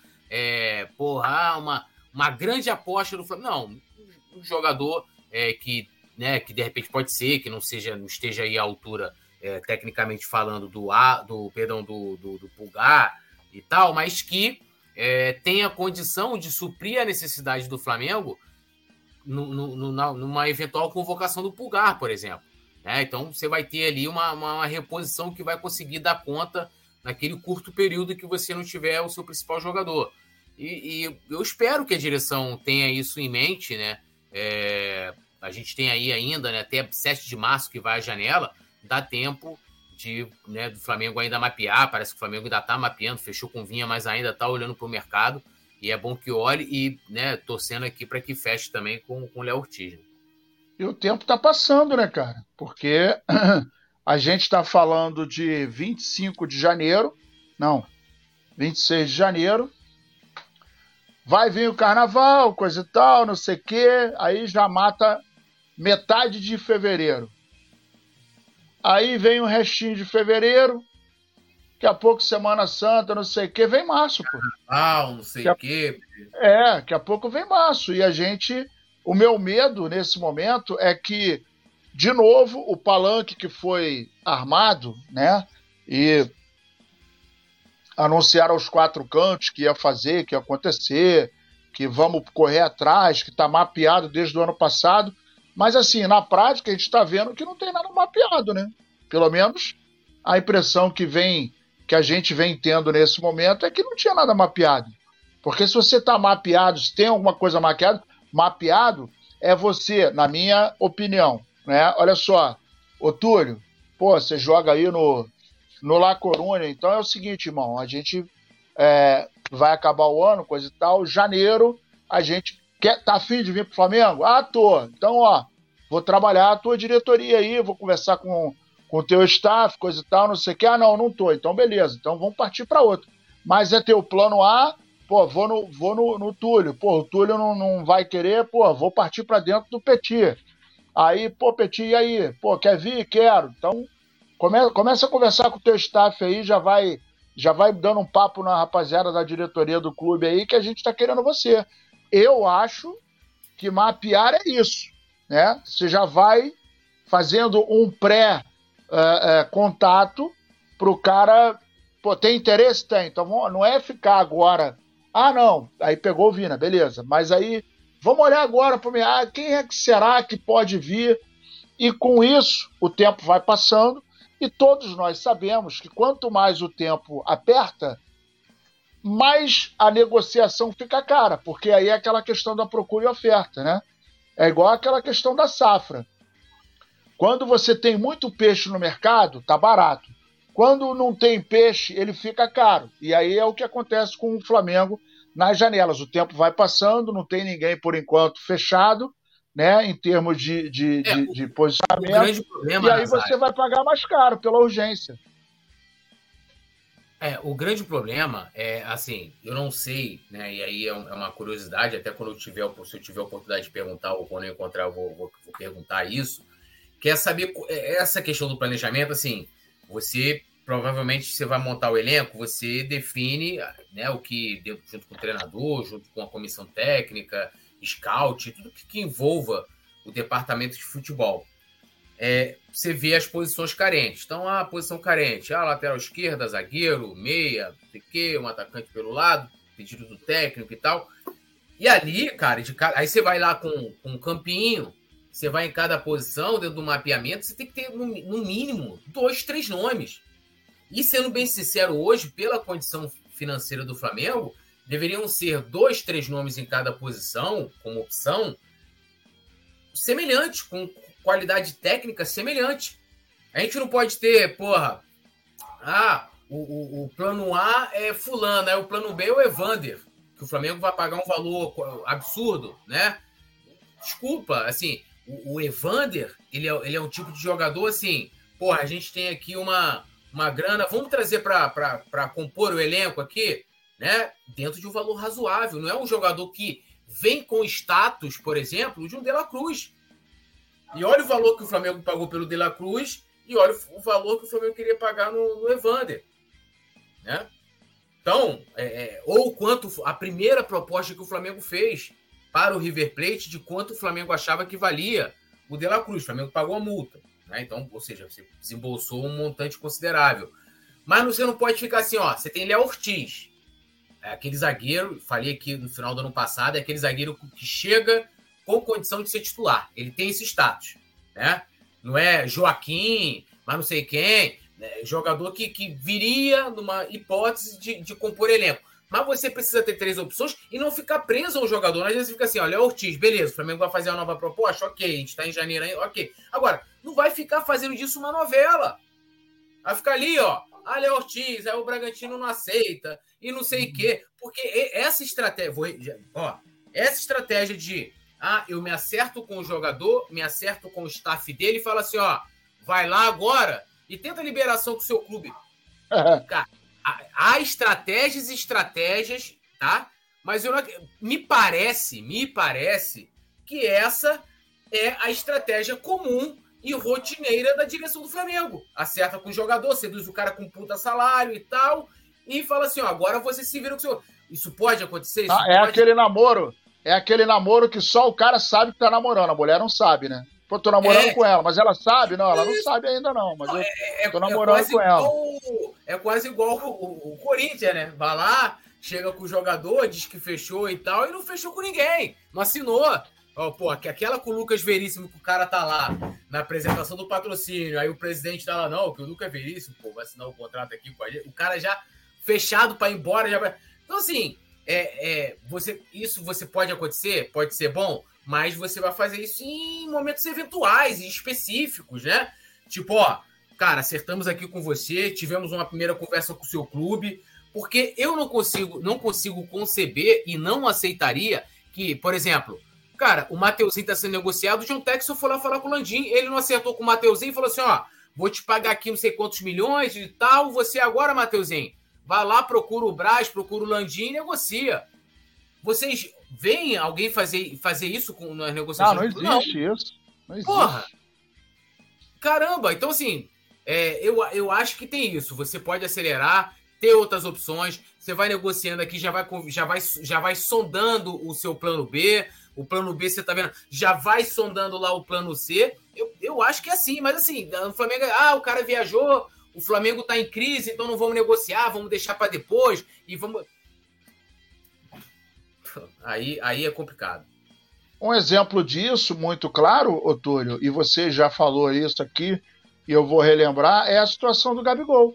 uma grande aposta do Flamengo. Não, um jogador que de repente pode ser, que não esteja aí à altura, tecnicamente falando, do Pulgar e tal, mas que tenha condição de suprir a necessidade do Flamengo numa eventual convocação do Pulgar, por exemplo. Então, você vai ter ali uma reposição que vai conseguir dar conta naquele curto período que você não tiver o seu principal jogador. E eu espero que a direção tenha isso em mente, né? A gente tem aí ainda, né, até 7 de março que vai a janela, dá tempo do Flamengo ainda mapear. Parece que o Flamengo ainda está mapeando, fechou com Vinha, mas ainda está olhando para o mercado. E é bom que olhe e, né, torcendo aqui para que feche também com o Léo Ortiz. E o tempo está passando, né, cara? Porque a gente está falando de 25 de janeiro, não, 26 de janeiro, vai vir o carnaval, coisa e tal, não sei o quê, aí já mata metade de fevereiro. Aí vem o restinho de fevereiro, daqui a pouco Semana Santa, não sei o quê, vem março, pô. Não sei o quê. Daqui a pouco vem março. E o meu medo nesse momento é que, de novo, o palanque que foi armado, né, e anunciaram aos 4 cantos que ia fazer, que ia acontecer, que vamos correr atrás, que está mapeado desde o ano passado. Mas, assim, na prática, a gente está vendo que não tem nada mapeado, né? Pelo menos a impressão que a gente vem tendo nesse momento é que não tinha nada mapeado. Porque se você está mapeado, se tem alguma coisa mapeado é você, na minha opinião, né? Olha só, ô Túlio, você joga aí no La Coruña, então é o seguinte, irmão, a gente vai acabar o ano, coisa e tal, janeiro, a gente tá afim de vir pro Flamengo? Tô. Então, vou trabalhar a tua diretoria aí, vou conversar com o teu staff, coisa e tal, não sei o que. Não tô. Então, beleza. Então, vamos partir para outro. Mas é teu plano A, vou no Túlio. O Túlio não vai querer, vou partir para dentro do Petit. Aí, Petit, e aí? Quer vir? Quero. Então, começa a conversar com o teu staff aí, já vai dando um papo na rapaziada da diretoria do clube aí, que a gente tá querendo você. Eu acho que mapear é isso, né? Você já vai fazendo um pré-contato para o cara, tem interesse? Tem. Então não é ficar agora, não, aí pegou o Vina, beleza. Mas aí, vamos olhar agora para quem é que será que pode vir? E com isso, o tempo vai passando e todos nós sabemos que quanto mais o tempo aperta, mais a negociação fica cara, porque aí é aquela questão da procura e oferta, né? É igual aquela questão da safra. Quando você tem muito peixe no mercado, tá barato. Quando não tem peixe, ele fica caro. E aí é o que acontece com o Flamengo nas janelas. O tempo vai passando, não tem ninguém, por enquanto, fechado, né? Em termos de posicionamento. O grande problema, e aí você vai pagar mais caro pela urgência. O grande problema é, assim, eu não sei, né, e aí é uma curiosidade, até quando se eu tiver a oportunidade de perguntar, ou quando eu encontrar, eu vou perguntar isso, que é saber essa questão do planejamento, assim, provavelmente você vai montar o elenco, você define, né, o que, junto com o treinador, junto com a comissão técnica, scout, tudo que envolva o departamento de futebol. Você vê as posições carentes. Então, a posição carente, lateral esquerda, zagueiro, meia, um atacante pelo lado, pedido do técnico e tal. E ali, cara, aí você vai lá com um campinho, você vai em cada posição, dentro do mapeamento, você tem que ter, no mínimo, 2, 3 nomes. E, sendo bem sincero, hoje, pela condição financeira do Flamengo, deveriam ser 2, 3 nomes em cada posição, como opção, semelhantes, com qualidade técnica semelhante. A gente não pode ter, o plano A é fulano, o plano B é o Evander, que o Flamengo vai pagar um valor absurdo, né? Desculpa, assim, O Evander, ele é um tipo de jogador assim, porra, a gente tem aqui uma grana, vamos trazer para compor o elenco aqui, né? Dentro de um valor razoável. Não é um jogador que vem com status, por exemplo, de um De La Cruz. E olha o valor que o Flamengo pagou pelo De La Cruz e olha o valor que o Flamengo queria pagar no Evander. Né? Então, ou quanto a primeira proposta que o Flamengo fez para o River Plate, de quanto o Flamengo achava que valia o De La Cruz. O Flamengo pagou a multa. Né? Então, ou seja, você desembolsou um montante considerável. Mas você não pode ficar assim, ó, você tem Léo Ortiz, aquele zagueiro, falei aqui no final do ano passado, é aquele zagueiro que chega com condição de ser titular. Ele tem esse status, né? Não é Joaquim, mas não sei quem, né? Jogador que viria numa hipótese de compor elenco. Mas você precisa ter 3 opções e não ficar preso ao jogador. Às vezes fica assim, olha, Ortiz, beleza, o Flamengo vai fazer uma nova proposta? Ok, a gente está em janeiro ainda, ok. Agora, não vai ficar fazendo disso uma novela. Vai ficar ali, ó, Léo Ortiz, aí o Bragantino não aceita, e não sei o quê. Porque essa estratégia, essa estratégia de, eu me acerto com o jogador, me acerto com o staff dele e fala assim, ó, vai lá agora e tenta a liberação com o seu clube. Cara, há estratégias, tá? Mas me parece que essa é a estratégia comum e rotineira da direção do Flamengo. Acerta com o jogador, seduz o cara com puta salário e tal, e fala assim, ó, agora você se vira com o seu... Isso pode acontecer? Isso pode... aquele namoro que só o cara sabe que tá namorando, a mulher não sabe, né? Pô, tô namorando com ela, mas ela sabe? Não, ela não sabe ainda não, mas eu tô namorando com ela. É quase igual o Corinthians, né? Vai lá, chega com o jogador, diz que fechou e tal, e não fechou com ninguém, não assinou. Pô, aquela com o Lucas Veríssimo, que o cara tá lá na apresentação do patrocínio, aí o presidente tá lá, não, que o Lucas Veríssimo, pô, vai assinar o contrato aqui com a gente, o cara já fechado pra ir embora. Então, assim, isso você pode acontecer, pode ser bom, mas você vai fazer isso em momentos eventuais e específicos, né? Tipo, ó, cara, acertamos aqui com você, tivemos uma primeira conversa com o seu clube, porque eu não consigo conceber e não aceitaria que, por exemplo, cara, o Mateuzinho está sendo negociado, o John Texton foi lá falar com o Landim, ele não acertou com o Mateuzinho e falou assim, ó, vou te pagar aqui não sei quantos milhões e tal, você agora, Mateuzinho, vai lá, procura o Braz, procura o Landim e negocia. Vocês veem alguém fazer isso nas negociações? Não existe isso. Não existe. Porra! Caramba! Então, assim, eu acho que tem isso. Você pode acelerar, ter outras opções, você vai negociando aqui, já vai sondando o seu plano B, o plano B, você tá vendo, já vai sondando lá o plano C. Eu acho que é assim, mas assim, o Flamengo, o cara viajou, o Flamengo tá em crise, então não vamos negociar, vamos deixar para depois, e vamos... Aí é complicado. Um exemplo disso, muito claro, Otúlio, e você já falou isso aqui, e eu vou relembrar, é a situação do Gabigol.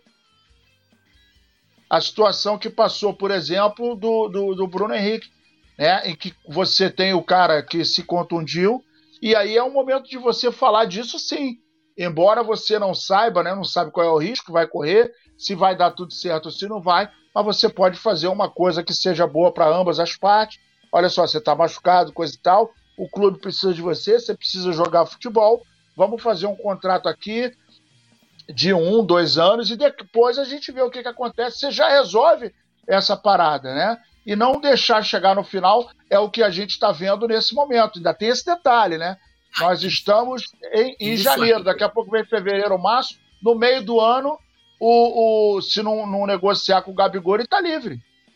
A situação que passou, por exemplo, do Bruno Henrique, né, em que você tem o cara que se contundiu, e aí é um momento de você falar disso sim. Embora você não saiba, né, não sabe qual é o risco que vai correr, se vai dar tudo certo ou se não vai, mas você pode fazer uma coisa que seja boa para ambas as partes. Olha só, você está machucado, coisa e tal, o clube precisa de você, você precisa jogar futebol, vamos fazer um contrato aqui de 1, 2 anos e depois a gente vê o que acontece, você já resolve essa parada, né? E não deixar chegar no final é o que a gente está vendo nesse momento. Ainda tem esse detalhe, né? Nós estamos em janeiro, daqui a pouco vem fevereiro, março, no meio do ano, se não negociar com o Gabigol, ele está livre.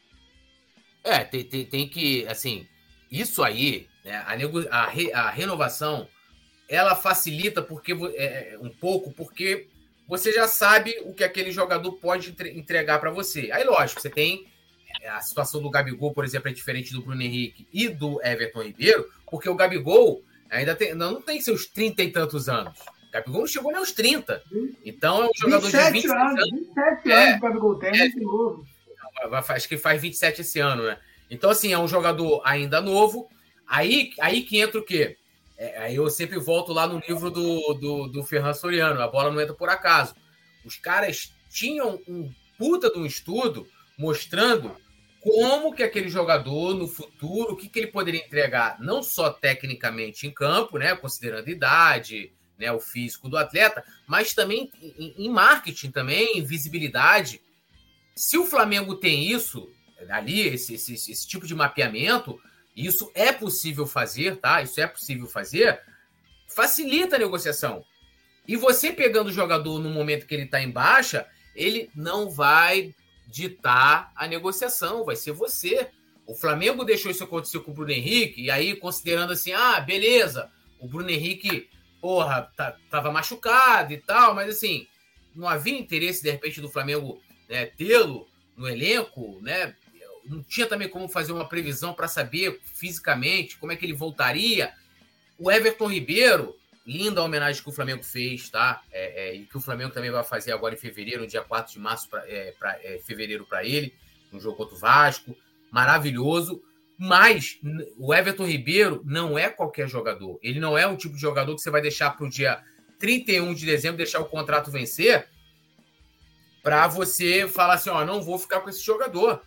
Tem que, assim, isso aí, né, a renovação, ela facilita um pouco, porque você já sabe o que aquele jogador pode entregar para você. Aí, lógico, você tem a situação do Gabigol, por exemplo, é diferente do Bruno Henrique e do Everton Ribeiro, porque o Gabigol ainda não tem seus 30 e tantos anos. O Gabigol não chegou nem aos 30. Então é um jogador de 27 anos. 27 anos o Gabigol tem, muito novo. Acho que faz 27 esse ano, né? Então, assim, é um jogador ainda novo. Aí que entra o quê? Aí eu sempre volto lá no livro do Ferran Soriano, A Bola Não Entra Por Acaso. Os caras tinham um puta de um estudo mostrando como que aquele jogador, no futuro, o que ele poderia entregar, não só tecnicamente em campo, né, considerando idade, né, o físico do atleta, mas também em marketing, também, em visibilidade. Se o Flamengo tem isso, ali, esse tipo de mapeamento, isso é possível fazer, tá? Isso é possível fazer, facilita a negociação. E você pegando o jogador no momento que ele está em baixa, ele não vai ditar a negociação, vai ser você. O Flamengo deixou isso acontecer com o Bruno Henrique, e aí considerando assim, beleza, o Bruno Henrique, tava machucado e tal, mas assim, não havia interesse, de repente, do Flamengo, né, tê-lo no elenco, né? Não tinha também como fazer uma previsão para saber fisicamente como é que ele voltaria. O Everton Ribeiro, linda a homenagem que o Flamengo fez, tá? E que o Flamengo também vai fazer agora em fevereiro, no dia 4 de março, fevereiro para ele, no jogo contra o Vasco. Maravilhoso. Mas o Everton Ribeiro não é qualquer jogador. Ele não é um tipo de jogador que você vai deixar para o dia 31 de dezembro, deixar o contrato vencer, para você falar assim, não vou ficar com esse jogador.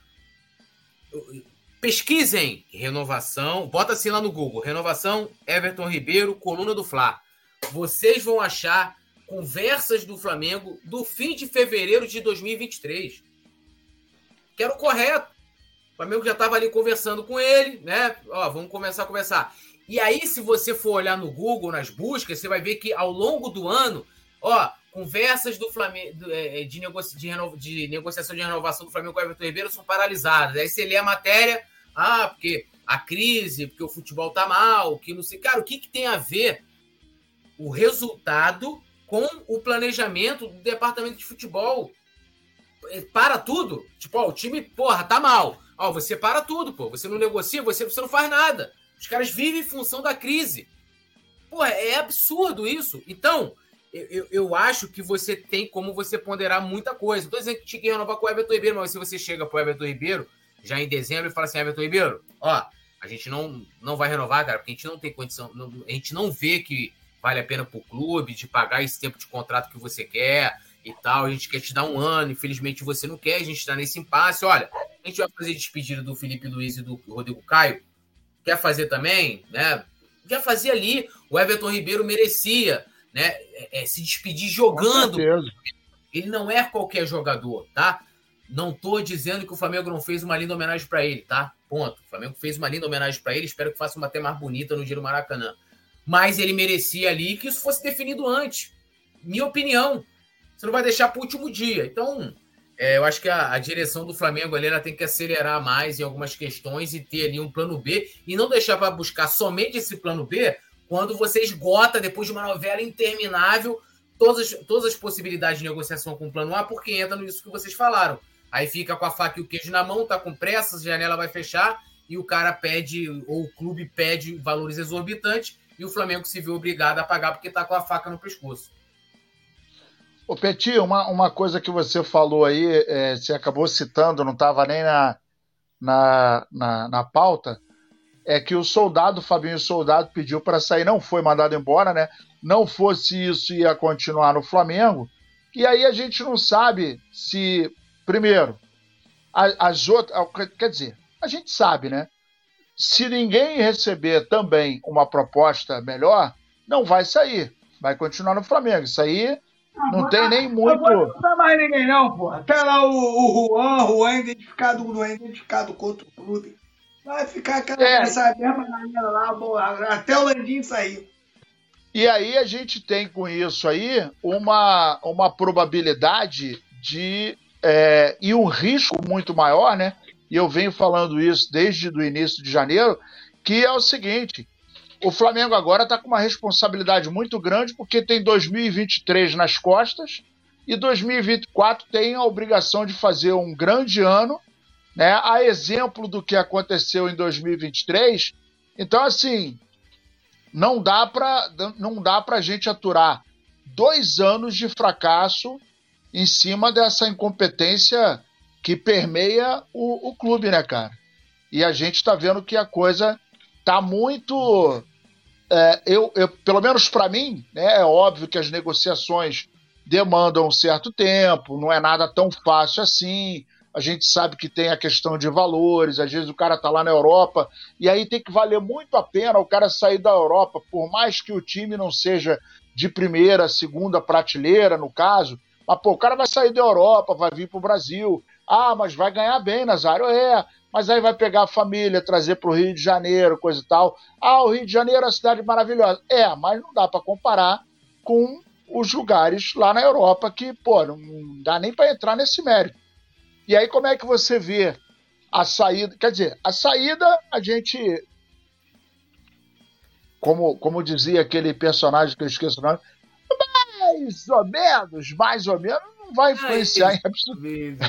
Pesquisem renovação, bota assim lá no Google, renovação Everton Ribeiro, coluna do Fla. Vocês vão achar conversas do Flamengo do fim de fevereiro de 2023. Que era o correto. O Flamengo já estava ali conversando com ele, né? Vamos começar a conversar. E aí, se você for olhar no Google, nas buscas, você vai ver que ao longo do ano, conversas do Flamengo de negociação de renovação do Flamengo com o Everton Ribeiro são paralisadas. Aí você lê a matéria, porque a crise, porque o futebol tá mal, que não sei. Cara, o que tem a ver o resultado com o planejamento do departamento de futebol? Para tudo. Tipo, o time, tá mal. Você para tudo, você não negocia, você não faz nada. Os caras vivem em função da crise. É absurdo isso. Então, eu acho que você tem como você ponderar muita coisa. Não tô dizendo que tinha que renovar com o Everton Ribeiro, mas se você chega pro Everton Ribeiro, já em dezembro, e fala assim, Everton Ribeiro, a gente não vai renovar, cara, porque a gente não tem condição, a gente não vê que vale a pena pro clube de pagar esse tempo de contrato que você quer e tal, a gente quer te dar um ano, infelizmente você não quer, a gente tá nesse impasse, olha, a gente vai fazer despedida do Felipe Luiz e do Rodrigo Caio, quer fazer também, né? Já fazia ali, o Everton Ribeiro merecia, né? Se despedir jogando. Ele não é qualquer jogador, tá? Não tô dizendo que o Flamengo não fez uma linda homenagem para ele, tá? Ponto. O Flamengo fez uma linda homenagem para ele, espero que faça uma até mais bonita no dia do Maracanã. Mas ele merecia ali que isso fosse definido antes. Minha opinião. Você não vai deixar para o último dia. Então, eu acho que a direção do Flamengo ali, ela tem que acelerar mais em algumas questões e ter ali um plano B e não deixar para buscar somente esse plano B quando você esgota, depois de uma novela interminável, todas as possibilidades de negociação com o plano A, porque entra nisso que vocês falaram. Aí fica com a faca e o queijo na mão, tá com pressa, a janela vai fechar e o cara pede, ou o clube pede valores exorbitantes e o Flamengo se vê obrigado a pagar porque tá com a faca no pescoço. Ô, Petit, uma coisa que você falou aí, você acabou citando, não estava nem na pauta, é que o Fabinho Soldado pediu para sair, não foi mandado embora, né? Não fosse isso, ia continuar no Flamengo. E aí a gente não sabe se, primeiro, as outras, quer dizer, a gente sabe, né? Se ninguém receber também uma proposta melhor, não vai sair, vai continuar no Flamengo. Isso aí não tem nem muito. Não dá mais ninguém, não, pô. Até lá o Juan identificado contra o clube. Vai ficar essa mesma galera lá, até o Landinho sair. E aí a gente tem com isso aí uma probabilidade de e um risco muito maior, né? E eu venho falando isso desde o início de janeiro, que é o seguinte: o Flamengo agora está com uma responsabilidade muito grande porque tem 2023 nas costas e 2024 tem a obrigação de fazer um grande ano, né? A exemplo do que aconteceu em 2023. Então, assim, não dá para a gente aturar 2 anos de fracasso em cima dessa incompetência que permeia o clube, né, cara? E a gente está vendo que a coisa tá muito... pelo menos para mim, né, é óbvio que as negociações demandam um certo tempo, não é nada tão fácil assim, a gente sabe que tem a questão de valores, às vezes o cara está lá na Europa, e aí tem que valer muito a pena o cara sair da Europa, por mais que o time não seja de primeira, segunda prateleira, no caso, mas pô, o cara vai sair da Europa, vai vir para o Brasil, mas vai ganhar bem, Nazário, mas aí vai pegar a família, trazer para o Rio de Janeiro, coisa e tal. O Rio de Janeiro é uma cidade maravilhosa. Mas não dá para comparar com os lugares lá na Europa que, pô, não dá nem para entrar nesse mérito. E aí como é que você vê a saída? Quer dizer, a saída a gente, como dizia aquele personagem que eu esqueço o nome, mais ou menos, não vai influenciar em absolutamente.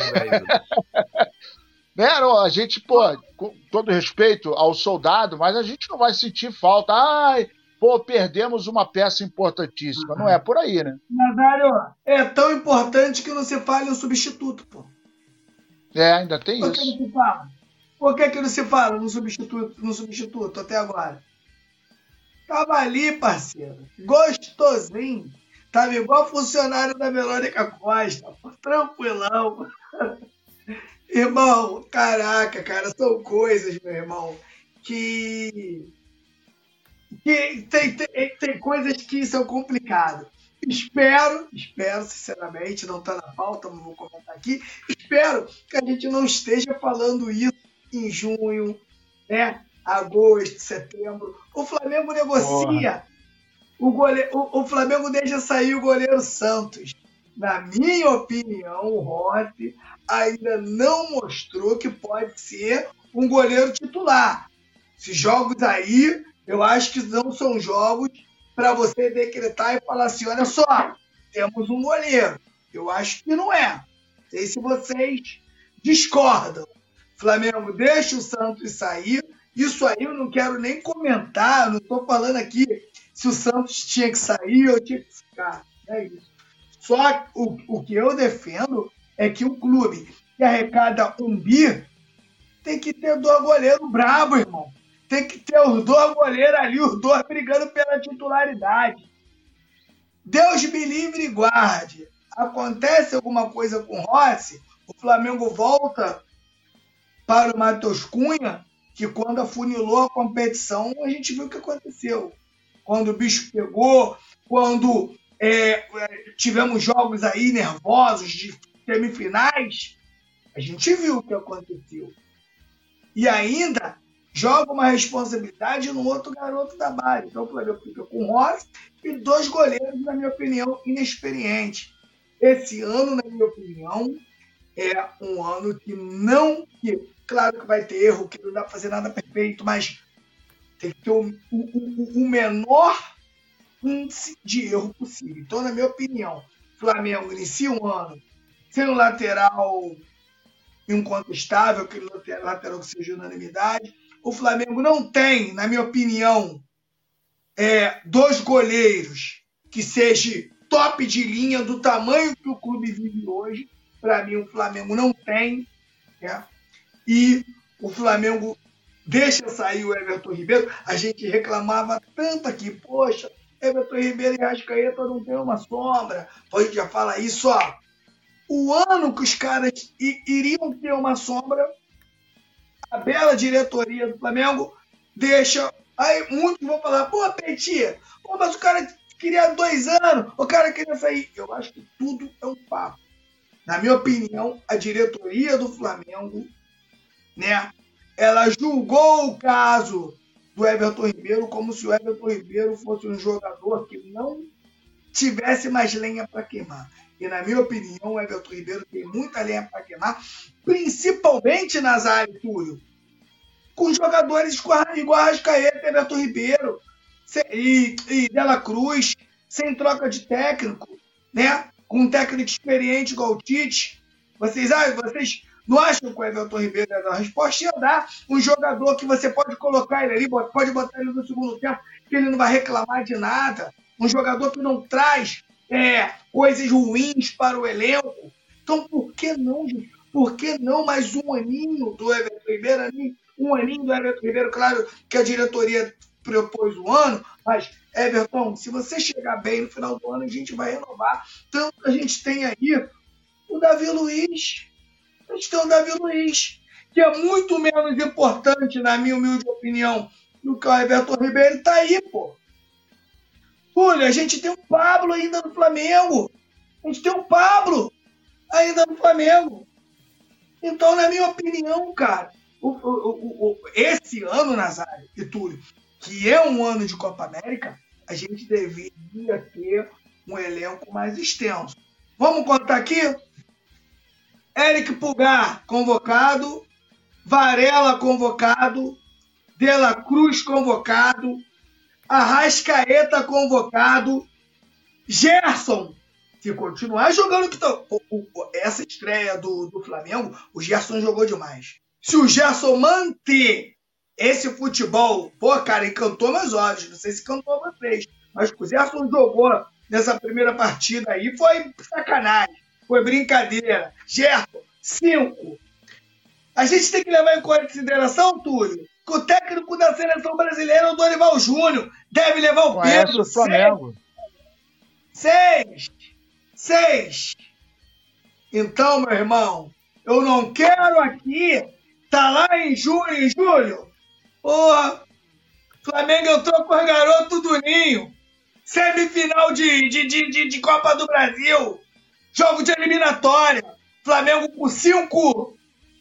Não, a gente, pô, com todo respeito ao soldado, mas a gente não vai sentir falta. Perdemos uma peça importantíssima. Não é por aí, né? Nazário, é tão importante que não se fala em um substituto, pô. Ainda tem isso. Por que não se fala? Por que não se fala no substituto até agora? Tava ali, parceiro. Gostosinho. Tava igual funcionário da Verônica Costa. Tranquilão. Irmão, caraca, cara, são coisas, meu irmão, que tem coisas que são complicadas. Espero, sinceramente, não está na pauta, não vou comentar aqui, espero que a gente não esteja falando isso em junho, né? Agosto, setembro. O Flamengo negocia, o Flamengo deixa sair o goleiro Santos. Na minha opinião, o Rossi ainda não mostrou que pode ser um goleiro titular. Esses jogos aí, eu acho que não são jogos para você decretar e falar assim, olha só, temos um goleiro. Eu acho que não é. Não sei se vocês discordam. Flamengo deixa o Santos sair. Isso aí eu não quero nem comentar, eu não estou falando aqui se o Santos tinha que sair ou tinha que ficar. É isso. Só o que eu defendo é que o clube que arrecada um bi tem que ter 2 goleiros bravos, irmão. Tem que ter os 2 goleiros ali, os 2 brigando pela titularidade. Deus me livre e guarde. Acontece alguma coisa com o Rossi, o Flamengo volta para o Matheus Cunha, que quando afunilou a competição, a gente viu o que aconteceu. Quando o bicho pegou, quando tivemos jogos aí nervosos de semifinais, a gente viu o que aconteceu. E ainda joga uma responsabilidade no outro garoto da base. Então o Flamengo fica com o Rossi e 2 goleiros, na minha opinião, inexperientes. Esse ano, na minha opinião, é um ano claro que vai ter erro, que não dá para fazer nada perfeito, mas tem que ter o menor índice de erro possível. Então, na minha opinião, o Flamengo inicia um ano sem um lateral incontestável, aquele lateral que seja unanimidade. O Flamengo não tem, na minha opinião, 2 goleiros que seja top de linha do tamanho que o clube vive hoje. Para mim, o Flamengo não tem. E o Flamengo deixa sair o Everton Ribeiro. A gente reclamava tanto aqui, poxa, Everton Ribeiro e Arrascaeta não tem uma sombra. A gente já fala isso, ó. O ano que os caras iriam ter uma sombra, a bela diretoria do Flamengo deixa. Aí muitos vão falar, Petit, mas o cara queria 2 anos, o cara queria sair. Eu acho que tudo é um papo. Na minha opinião, a diretoria do Flamengo, né, ela julgou o caso do Everton Ribeiro como se o Everton Ribeiro fosse um jogador que não tivesse mais lenha para queimar. E, na minha opinião, o Everton Ribeiro tem muita lenha para queimar, principalmente Nazário e Túlio, com jogadores igual a Arrascaeta, Everton Ribeiro e Dela Cruz, sem troca de técnico, né? Com um técnico experiente igual o Tite. Vocês não acham que o Everton Ribeiro é a resposta? Ia dar um jogador que você pode colocar ele ali, pode botar ele no segundo tempo, que ele não vai reclamar de nada. Um jogador que não traz coisas ruins para o elenco. Então, por que não, gente? Por que não mais um aninho do Everton Ribeiro? Um aninho do Everton Ribeiro, claro que a diretoria propôs o ano, mas, Everton, se você chegar bem no final do ano, a gente vai renovar. Tanto a gente tem aí o Davi Luiz. A gente tem o Davi Luiz, que é muito menos importante, na minha humilde opinião, do que o Everton Ribeiro. Tá aí, pô. Túlio, a gente tem o Pablo ainda no Flamengo. Então, na minha opinião, cara, esse ano, Nazário e Túlio, que é um ano de Copa América, a gente deveria ter um elenco mais extenso. Vamos contar aqui? Eric Pulgar, convocado. Varela, convocado. De La Cruz, convocado. Arrascaeta, convocado. Gerson, se continuar jogando que tá, essa estreia do Flamengo, o Gerson jogou demais. Se o Gerson manter esse futebol, pô, cara, encantou meus olhos. Não sei se encantou vocês, mas o Gerson jogou nessa primeira partida aí, foi sacanagem, foi brincadeira. Gerson, 5. A gente tem que levar em consideração, Túlio, que o técnico da seleção brasileira é o Dorival Júnior. Deve levar o Pedro. O Flamengo. 6. Então, meu irmão, eu não quero aqui tá lá em junho e julho. Porra, Flamengo entrou com os garotos do Ninho. Semifinal de Copa do Brasil. Jogo de eliminatória. Flamengo com 5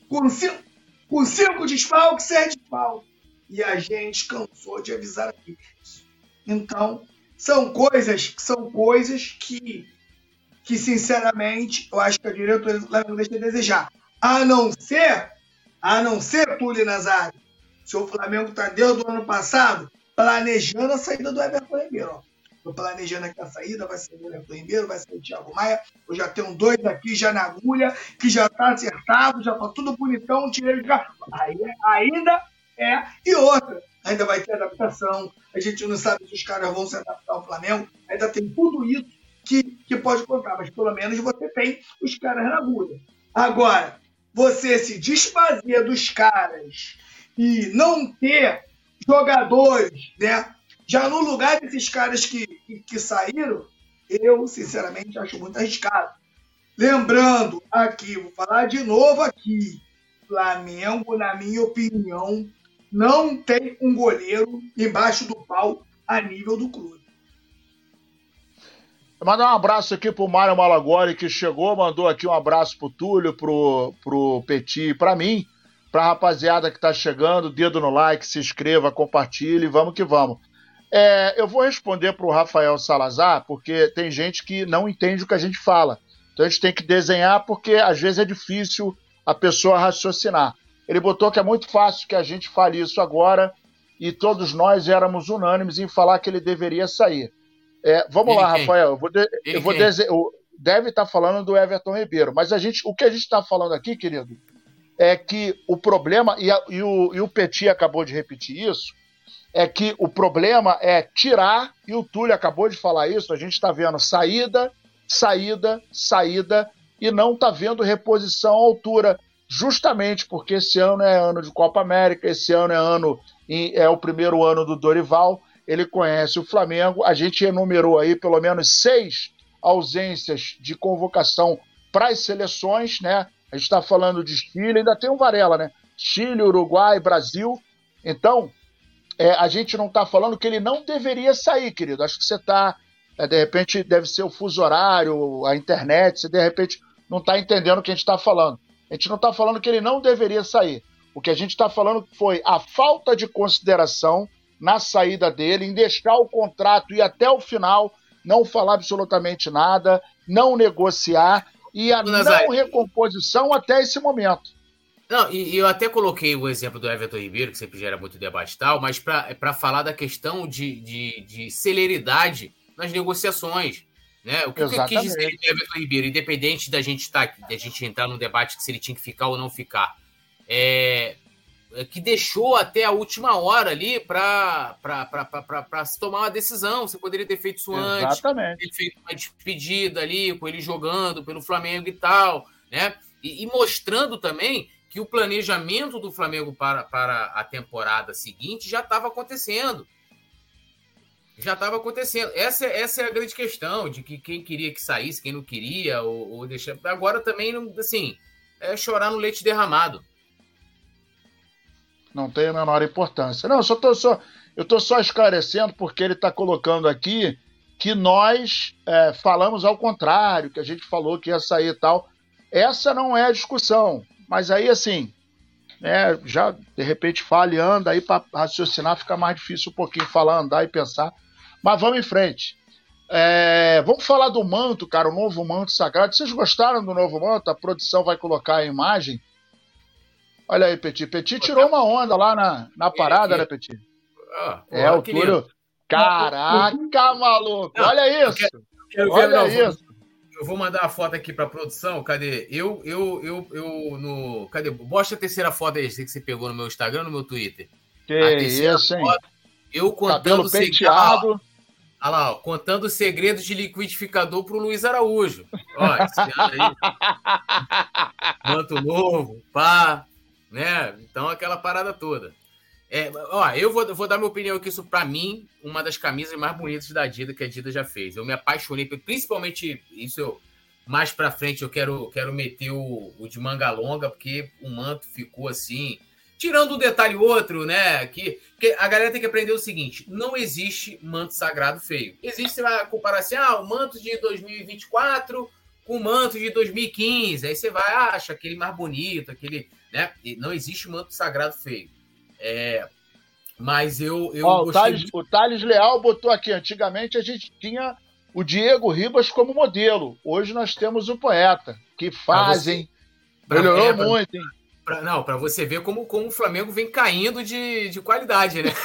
desfalques, 6 desfalques. E a gente cansou de avisar aqui. Então, são coisas que sinceramente, eu acho que a diretoria do Flamengo deixa a desejar. A não ser, Túlio Nazário, se o Flamengo está desde o ano passado planejando a saída do Everton Ribeiro. Estou planejando aqui a saída, vai sair o Everton Ribeiro, vai sair o Thiago Maia. Eu já tenho 2 aqui já na agulha, que já está acertado, já está tudo bonitão, tirei de cá. Ainda é. E outra, ainda vai ter adaptação. A gente não sabe se os caras vão se adaptar ao Flamengo. Ainda tem tudo isso que pode contar, mas pelo menos você tem os caras na agulha. Agora, você se desfazer dos caras e não ter jogadores, né? Já no lugar desses caras que saíram, eu, sinceramente, acho muito arriscado. Lembrando aqui, vou falar de novo aqui, Flamengo, na minha opinião, não tem um goleiro embaixo do pau a nível do clube. Mandar um abraço aqui pro Mário Malagori, que chegou, mandou aqui um abraço pro Túlio, pro Petit e pra mim, pra rapaziada que tá chegando, dedo no like, se inscreva, compartilhe, vamos que vamos. Eu vou responder pro Rafael Salazar, porque tem gente que não entende o que a gente fala. Então a gente tem que desenhar, porque às vezes é difícil a pessoa raciocinar. Ele botou que é muito fácil que a gente fale isso agora, e todos nós éramos unânimes em falar que ele deveria sair. Vamos lá, Rafael. Deve estar falando do Everton Ribeiro, mas o que a gente está falando aqui, querido, é que o problema, e o Petit acabou de repetir isso, é que o problema é tirar, e o Túlio acabou de falar isso, a gente está vendo saída, e não está vendo reposição à altura, justamente porque esse ano é ano de Copa América, esse ano é o primeiro ano do Dorival. Ele conhece o Flamengo, a gente enumerou aí pelo menos 6 ausências de convocação para as seleções, né? A gente está falando de Chile, ainda tem o Varela, né? Chile, Uruguai, Brasil. Então, a gente não está falando que ele não deveria sair, querido. Acho que você está, de repente, deve ser o fuso horário, a internet, você de repente não está entendendo o que a gente está falando. A gente não está falando que ele não deveria sair. O que a gente está falando foi a falta de consideração na saída dele, em deixar o contrato ir até o final, não falar absolutamente nada, não negociar e a não recomposição até esse momento. Não, e eu até coloquei o exemplo do Everton Ribeiro, que sempre gera muito debate e tal, mas para falar da questão de celeridade nas negociações. Né? O que eu quis dizer do Everton Ribeiro, independente da gente entrar num debate que se ele tinha que ficar ou não ficar, que deixou até a última hora ali para se tomar uma decisão. Você poderia ter feito isso antes, ter feito uma despedida ali com ele jogando pelo Flamengo e tal, né? E mostrando também que o planejamento do Flamengo para a temporada seguinte já estava acontecendo. Essa é a grande questão, de que quem queria que saísse, quem não queria, ou deixar. Agora também, não, assim, é chorar no leite derramado. Não tem a menor importância. Não, eu tô só esclarecendo porque ele está colocando aqui que nós falamos ao contrário, que a gente falou que ia sair e tal. Essa não é a discussão. Mas aí, assim, já de repente fala e anda, aí para raciocinar fica mais difícil um pouquinho falar, andar e pensar. Mas vamos em frente. Vamos falar do manto, cara, o novo manto sagrado. Vocês gostaram do novo manto? A produção vai colocar a imagem. Olha aí, Petit. Petit tirou uma onda lá na parada, né, Petit? O Túlio. Caraca, maluco! Olha isso! Olha isso! Eu vou mandar a foto aqui pra produção. Cadê? Cadê? Mostra a terceira foto aí, que você pegou no meu Instagram, no meu Twitter. Que isso, hein? Eu contando cabelo penteado. Olha lá, contando os segredos de liquidificador pro Luiz Araújo. Ó, esse ano aí. Manto novo, pá, né? Então, aquela parada toda. Eu vou dar minha opinião aqui. Isso, pra mim, uma das camisas mais bonitas da Adidas que a Adidas já fez. Eu me apaixonei, principalmente isso. Mais pra frente eu quero meter o de manga longa, porque o manto ficou assim. Tirando um detalhe outro, né? Que a galera tem que aprender o seguinte: não existe manto sagrado feio. Existe, você vai comparar assim, o manto de 2024 com o manto de 2015. Aí você vai, acha aquele mais bonito, aquele, né? E não existe manto sagrado feio. Mas eu gostei. O Thales Leal botou aqui: antigamente a gente tinha o Diego Ribas como modelo. Hoje nós temos o Poeta, que fazem. Melhorou muito, hein? Para você ver como o Flamengo vem caindo de qualidade, né?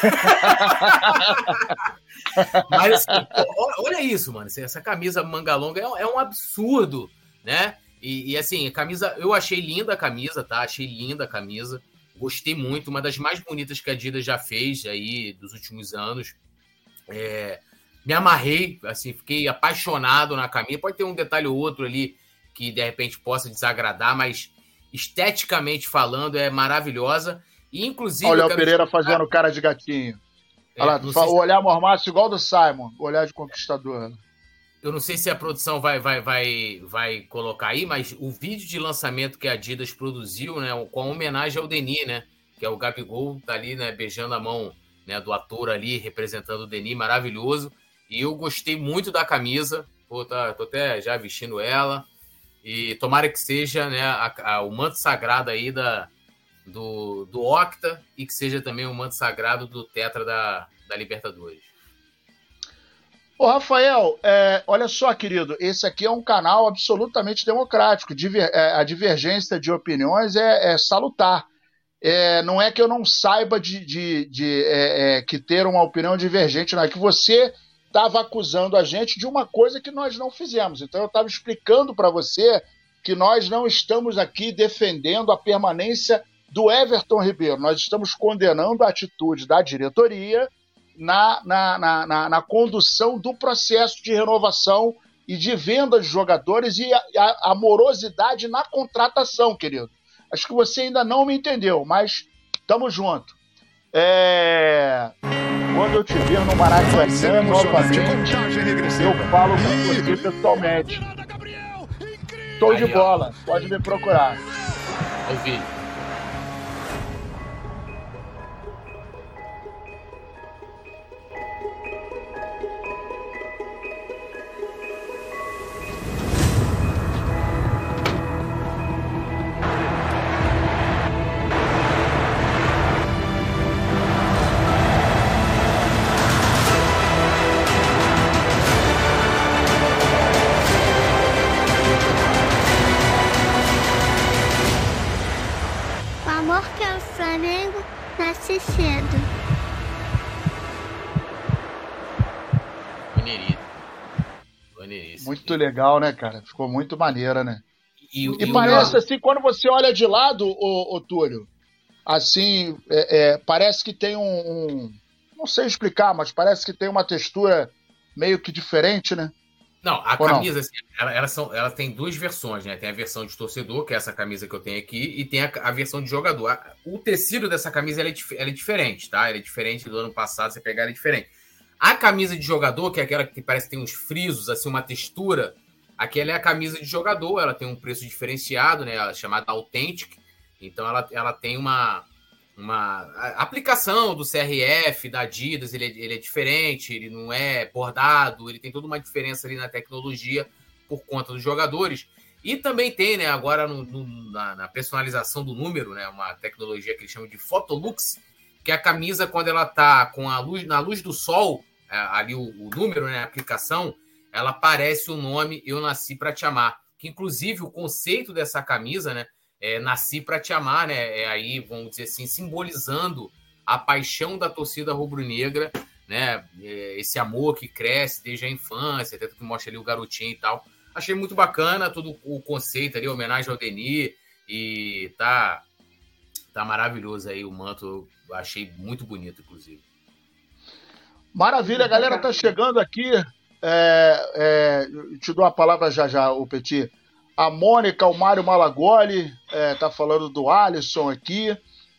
Mas assim, olha isso, mano. Essa camisa manga longa é um absurdo, né? E assim, a camisa, eu achei linda a camisa, tá? Achei linda a camisa. Gostei muito, uma das mais bonitas que a Adidas já fez aí dos últimos anos. Me amarrei, assim, fiquei apaixonado na camisa. Pode ter um detalhe ou outro ali que de repente possa desagradar, mas esteticamente falando é maravilhosa. E inclusive. Olha o Léo Pereira fazendo cara de gatinho. Olha lá, o olhar mormaço igual do Simon, o olhar de conquistador. Eu não sei se a produção vai colocar aí, mas o vídeo de lançamento que a Adidas produziu, né, com a homenagem ao Denis, né, que é o Gabigol, tá ali, né, beijando a mão, né, do ator ali, representando o Denis, maravilhoso. E eu gostei muito da camisa, tô até já vestindo ela. E tomara que seja, né, o manto sagrado aí do Octa e que seja também o manto sagrado do Tetra da Libertadores. Ô, Rafael, olha só, querido, esse aqui é um canal absolutamente democrático. A divergência de opiniões é salutar. Não é que eu não saiba que ter uma opinião divergente, não é que você estava acusando a gente de uma coisa que nós não fizemos. Então eu estava explicando para você que nós não estamos aqui defendendo a permanência do Everton Ribeiro. Nós estamos condenando a atitude da diretoria na condução do processo de renovação e de venda de jogadores e a morosidade na contratação, querido. Acho que você ainda não me entendeu, mas estamos juntos. Quando eu te ver no Maracanã novamente, eu falo com você pessoalmente. Estou de bola, pode me procurar. Ouvi. Muito legal, né, cara? Ficou muito maneira, né? E parece assim, quando você olha de lado, ô Túlio, assim, parece que tem não sei explicar, mas parece que tem uma textura meio que diferente, né? Não, a camisa, assim, ela tem duas versões, né? Tem a versão de torcedor, que é essa camisa que eu tenho aqui, e tem a versão de jogador. O tecido dessa camisa ela é diferente, tá? Ela é diferente do ano passado, você pegar ela é diferente. A camisa de jogador, que é aquela que parece que tem uns frisos, assim, uma textura Aquela é a camisa de jogador, ela tem um preço diferenciado, né? Ela é chamada Authentic. Então ela tem uma aplicação do CRF, da Adidas, ele é diferente, ele não é bordado, ele tem toda uma diferença ali na tecnologia por conta dos jogadores. E também tem, né, agora na personalização do número, né, uma tecnologia que eles chamam de Photolux, que é a camisa, quando ela tá com na luz do sol, ali o número, né, a aplicação, ela aparece o nome Eu Nasci Pra Te Amar. Que inclusive o conceito dessa camisa, né, Nasci Pra Te Amar, né, aí, vamos dizer assim, simbolizando a paixão da torcida rubro-negra, né, esse amor que cresce desde a infância, até que mostra ali o garotinho e tal. Achei muito bacana todo o conceito ali, homenagem ao Denis, e tá maravilhoso aí o manto, eu achei muito bonito, inclusive. Maravilha, a galera tá chegando aqui, te dou a palavra já, o Petit. A Mônica, o Mário Malagoli, tá falando do Alisson aqui,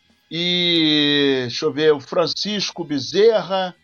e deixa eu ver, o Francisco Bezerra,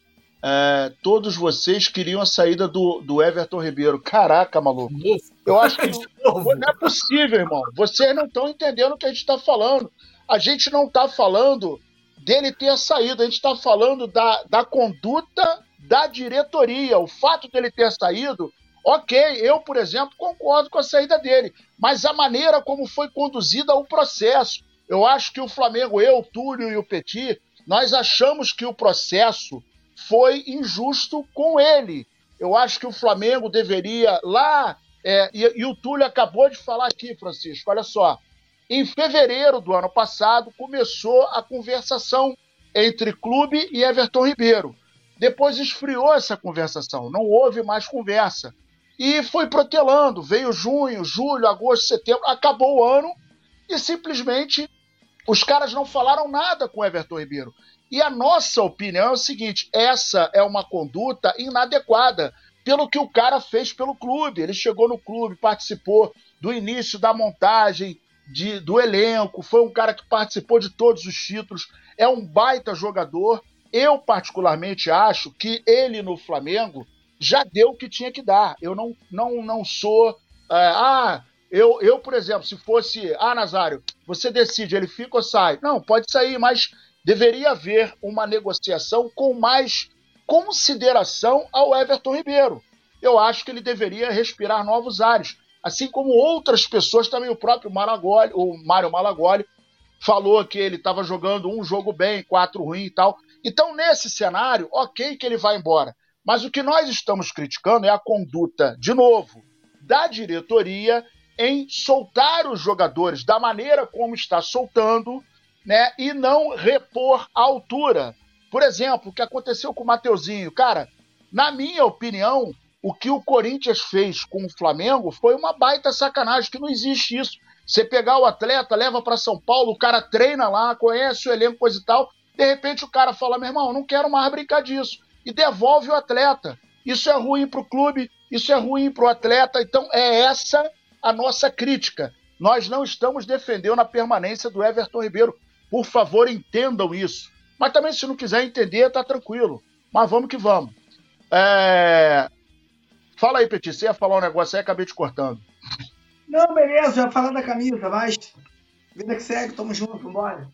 todos vocês queriam a saída do Everton Ribeiro. Caraca, maluco. Eu acho que não é possível, irmão. Vocês não estão entendendo o que a gente está falando. A gente não está falando dele ter saído. A gente está falando da conduta da diretoria. O fato dele ter saído, ok, eu, por exemplo, concordo com a saída dele. Mas a maneira como foi conduzida o processo. Eu acho que o Flamengo, eu, o Túlio e o Petit, nós achamos que o processo foi injusto com ele. Eu acho que o Flamengo deveria lá, e o Túlio acabou de falar aqui, Francisco, olha só, em fevereiro do ano passado começou a conversação entre clube e Everton Ribeiro. Depois esfriou essa conversação, não houve mais conversa. E foi protelando, veio junho, julho, agosto, setembro, acabou o ano e simplesmente os caras não falaram nada com o Everton Ribeiro. E a nossa opinião é o seguinte, essa é uma conduta inadequada pelo que o cara fez pelo clube. Ele chegou no clube, participou do início da montagem do elenco, foi um cara que participou de todos os títulos, é um baita jogador. Eu, particularmente, acho que ele no Flamengo já deu o que tinha que dar. Eu não sou... Eu, por exemplo, se fosse... Nazário, você decide, ele fica ou sai? Não, pode sair, mas deveria haver uma negociação com mais consideração ao Everton Ribeiro. Eu acho que ele deveria respirar novos ares. Assim como outras pessoas também, o próprio Malagoli, o Mário Malagoli, falou que ele estava jogando um jogo bem, 4 ruim e tal. Então, nesse cenário, ok que ele vai embora. Mas o que nós estamos criticando é a conduta, de novo, da diretoria em soltar os jogadores da maneira como está soltando, né, e não repor a altura. Por exemplo, o que aconteceu com o Mateuzinho. Cara, na minha opinião, o que o Corinthians fez com o Flamengo foi uma baita sacanagem, que não existe isso. Você pegar o atleta, leva para São Paulo, o cara treina lá, conhece o elenco, coisa e tal, de repente o cara fala, meu irmão, eu não quero mais brincar disso, e devolve o atleta. Isso é ruim para o clube, isso é ruim para o atleta, então é essa a nossa crítica. Nós não estamos defendendo a permanência do Everton Ribeiro. Por favor, entendam isso. Mas também, se não quiser entender, tá tranquilo. Mas vamos que vamos. Fala aí, Petit, você ia falar um negócio aí, acabei te cortando. Não, beleza, já falar da camisa, mas vida que segue, tamo junto, vambora.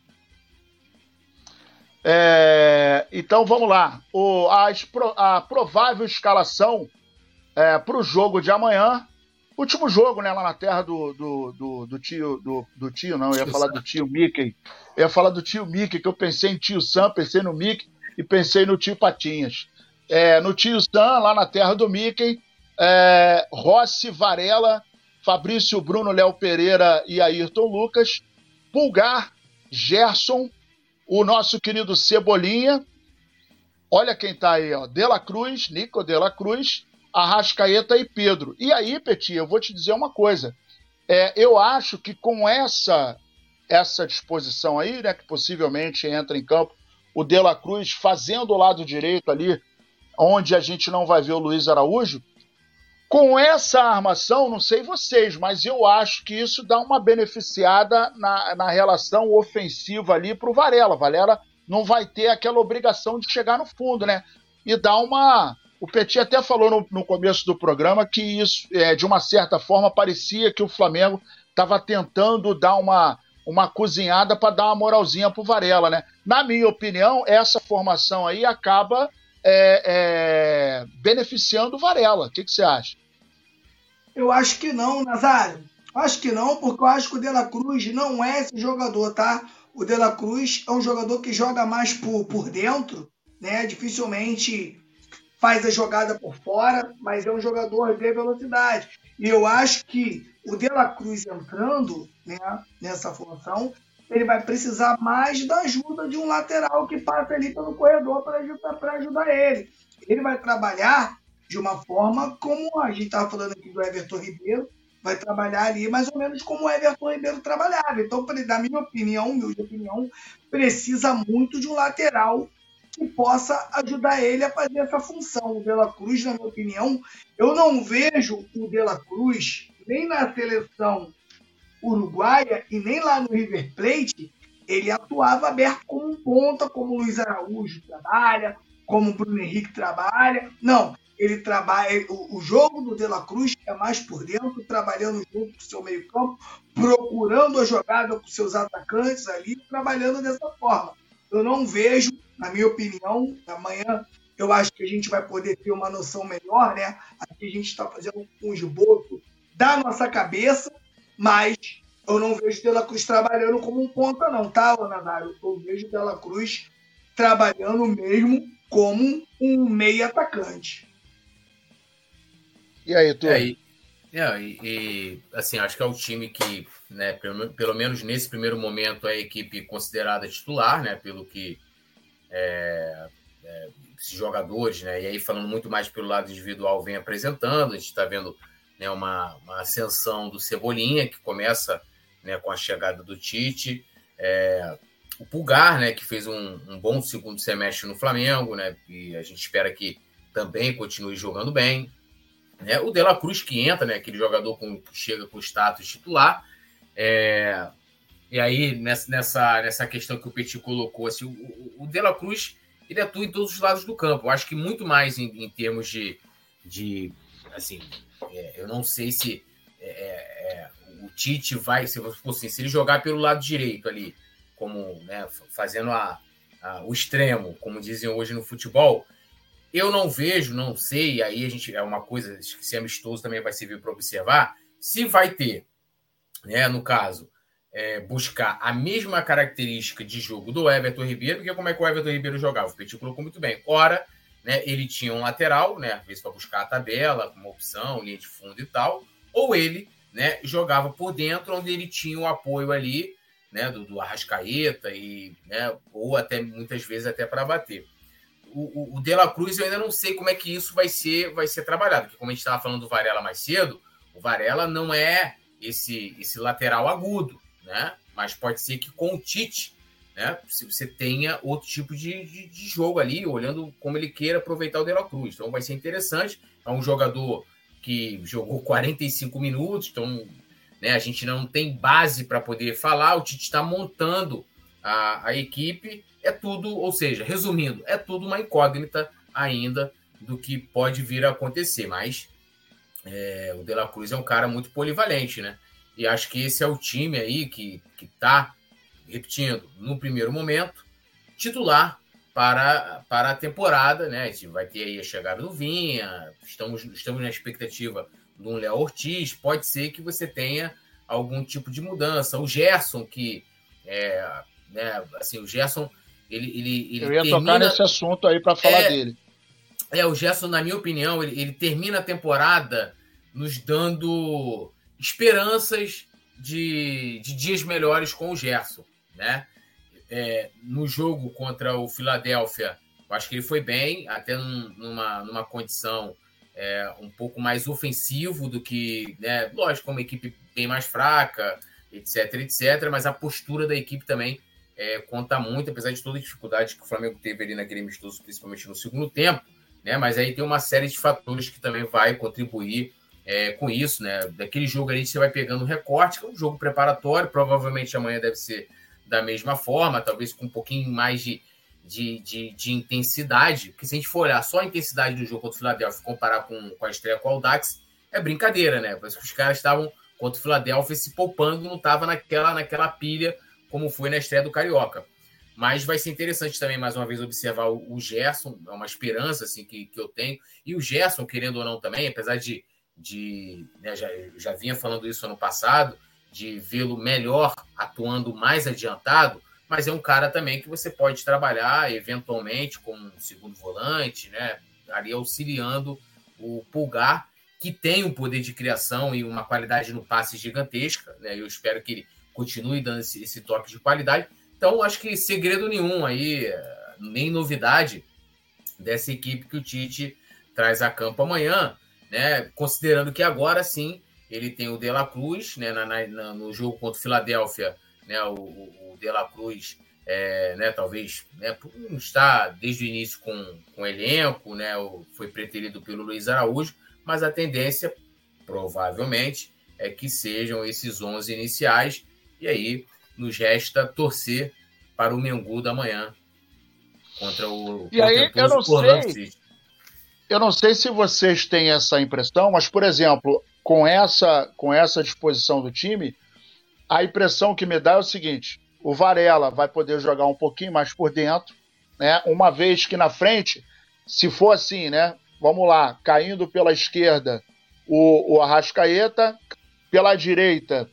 Então vamos lá. A provável escalação para o jogo de amanhã. Último jogo, né, lá na terra do tio, não, eu ia falar do tio Mickey. Eu ia falar do tio Mickey, que eu pensei em tio Sam, pensei no Mickey e pensei no tio Patinhas. No tio Sam, lá na terra do Mickey, Rossi, Varela, Fabrício, Bruno, Léo Pereira e Ayrton Lucas, Pulgar, Gerson, o nosso querido Cebolinha, olha quem tá aí, ó, De La Cruz, Nico De La Cruz, Arrascaeta e Pedro. E aí, Petit, eu vou te dizer uma coisa. Eu acho que com essa disposição aí, né, que possivelmente entra em campo o De La Cruz fazendo o lado direito ali, onde a gente não vai ver o Luiz Araújo, com essa armação, não sei vocês, mas eu acho que isso dá uma beneficiada na relação ofensiva ali para o Varela. Varela não vai ter aquela obrigação de chegar no fundo, né? E dá uma O Petit até falou no começo do programa que isso, de uma certa forma, parecia que o Flamengo estava tentando dar uma cozinhada para dar uma moralzinha pro Varela, né? Na minha opinião, essa formação aí acaba beneficiando o Varela. O que você acha? Eu acho que não, Nazário. Acho que não, porque eu acho que o De La Cruz não é esse jogador, tá? O De La Cruz é um jogador que joga mais por dentro, né? Dificilmente faz a jogada por fora, mas é um jogador de velocidade. E eu acho que o De La Cruz entrando, né, nessa função, ele vai precisar mais da ajuda de um lateral que passa ali pelo corredor para ajudar ele. Ele vai trabalhar de uma forma como a gente estava falando aqui do Everton Ribeiro, vai trabalhar ali mais ou menos como o Everton Ribeiro trabalhava. Então, na minha opinião, humilde opinião, precisa muito de um lateral que possa ajudar ele a fazer essa função. O De La Cruz, na minha opinião, eu não vejo o De La Cruz nem na seleção uruguaia e nem lá no River Plate, ele atuava aberto como um ponta, como o Luiz Araújo trabalha, como o Bruno Henrique trabalha. Não, ele trabalha. O jogo do De La Cruz é mais por dentro, trabalhando junto com o seu meio-campo, procurando a jogada com seus atacantes ali, trabalhando dessa forma. Eu não vejo, na minha opinião, amanhã eu acho que a gente vai poder ter uma noção melhor, né? Aqui a gente está fazendo um esboço da nossa cabeça, mas eu não vejo o De La Cruz trabalhando como um ponta, não, tá, Nazário? Eu vejo o De La Cruz trabalhando mesmo como um meio atacante. E aí, Túlio? Assim, acho que é o time que, né, pelo menos nesse primeiro momento, é a equipe considerada titular, né, pelo que esses jogadores, né, e aí falando muito mais pelo lado individual, vem apresentando. A gente está vendo, né, uma ascensão do Cebolinha, que começa, né, com a chegada do Tite, o Pulgar, né, que fez um bom segundo semestre no Flamengo, né, e a gente espera que também continue jogando bem. O De La Cruz que entra, né, aquele jogador que chega com status titular. E aí, nessa questão que o Petit colocou, assim, o De La Cruz, ele atua em todos os lados do campo. Eu acho que muito mais em termos de assim, eu não sei se o Tite vai, se ele jogar pelo lado direito ali, como, né, fazendo o extremo, como dizem hoje no futebol, eu não vejo, não sei, e aí a gente é uma coisa que se amistoso também vai servir para observar, se vai ter, né, no caso, buscar a mesma característica de jogo do Everton Ribeiro, porque como é que o Everton Ribeiro jogava? O Petit colocou muito bem. Ora, né, ele tinha um lateral, né, às vezes para buscar a tabela, como opção, linha de fundo e tal, ou ele, né, jogava por dentro, onde ele tinha o apoio ali, né, do Arrascaeta, e, né, ou até muitas vezes até para bater. O De La Cruz, eu ainda não sei como é que isso vai ser trabalhado, porque como a gente estava falando do Varela mais cedo, o Varela não é esse lateral agudo, né? Mas pode ser que com o Tite, né, se você tenha outro tipo de jogo ali, olhando como ele queira aproveitar o De La Cruz. Então vai ser interessante. É um jogador que jogou 45 minutos, então, né, a gente não tem base para poder falar. O Tite está montando a equipe. É tudo, ou seja, resumindo, é tudo uma incógnita ainda do que pode vir a acontecer, mas o De La Cruz é um cara muito polivalente, né? E acho que esse é o time aí que está, repetindo, no primeiro momento, titular para a temporada, né? A gente vai ter aí a chegada do Vinha, estamos na expectativa de um Léo Ortiz, pode ser que você tenha algum tipo de mudança. O Gerson, que né, assim, o Gerson, ele eu ia tocar nesse assunto aí para falar dele. O Gerson, na minha opinião, ele termina a temporada nos dando esperanças de dias melhores com o Gerson, né? No jogo contra o Philadelphia, eu acho que ele foi bem, até numa condição um pouco mais ofensivo do que, né? Lógico, uma equipe bem mais fraca, etc, mas a postura da equipe também conta muito, apesar de toda a dificuldade que o Flamengo teve ali naquele amistoso, principalmente no segundo tempo, né? Mas aí tem uma série de fatores que também vai contribuir com isso, né? Daquele jogo ali você vai pegando recorte, que é um jogo preparatório, provavelmente amanhã deve ser da mesma forma, talvez com um pouquinho mais de intensidade, porque se a gente for olhar só a intensidade do jogo contra o Philadelphia e comparar com a estreia com o Audax, é brincadeira, né? Parece que os caras estavam contra o Philadelphia se poupando, não estava naquela pilha como foi na estreia do Carioca. Mas vai ser interessante também, mais uma vez, observar o Gerson, é uma esperança assim, que eu tenho. E o Gerson, querendo ou não também, apesar de né, já vinha falando isso ano passado, de vê-lo melhor, atuando mais adiantado, mas é um cara também que você pode trabalhar eventualmente como um segundo volante, né, ali auxiliando o Pulgar, que tem um poder de criação e uma qualidade no passe gigantesca, né? Eu espero que ele continue dando esse toque de qualidade. Então, acho que segredo nenhum aí, nem novidade dessa equipe que o Tite traz a campo amanhã, né? Considerando que agora sim ele tem o De La Cruz, né? No jogo contra o Philadelphia, né? O De La Cruz, né? Talvez, né? Por não estar desde o início com o elenco, né? Foi preterido pelo Luiz Araújo, mas a tendência, provavelmente, é que sejam esses 11 iniciais, e aí nos resta torcer para o Mengu da manhã contra o E aí, eu não sei se vocês têm essa impressão, mas, por exemplo, com essa disposição do time, a impressão que me dá é o seguinte: o Varela vai poder jogar um pouquinho mais por dentro, né? Uma vez que na frente, se for assim, né? Vamos lá, caindo pela esquerda o Arrascaeta, pela direita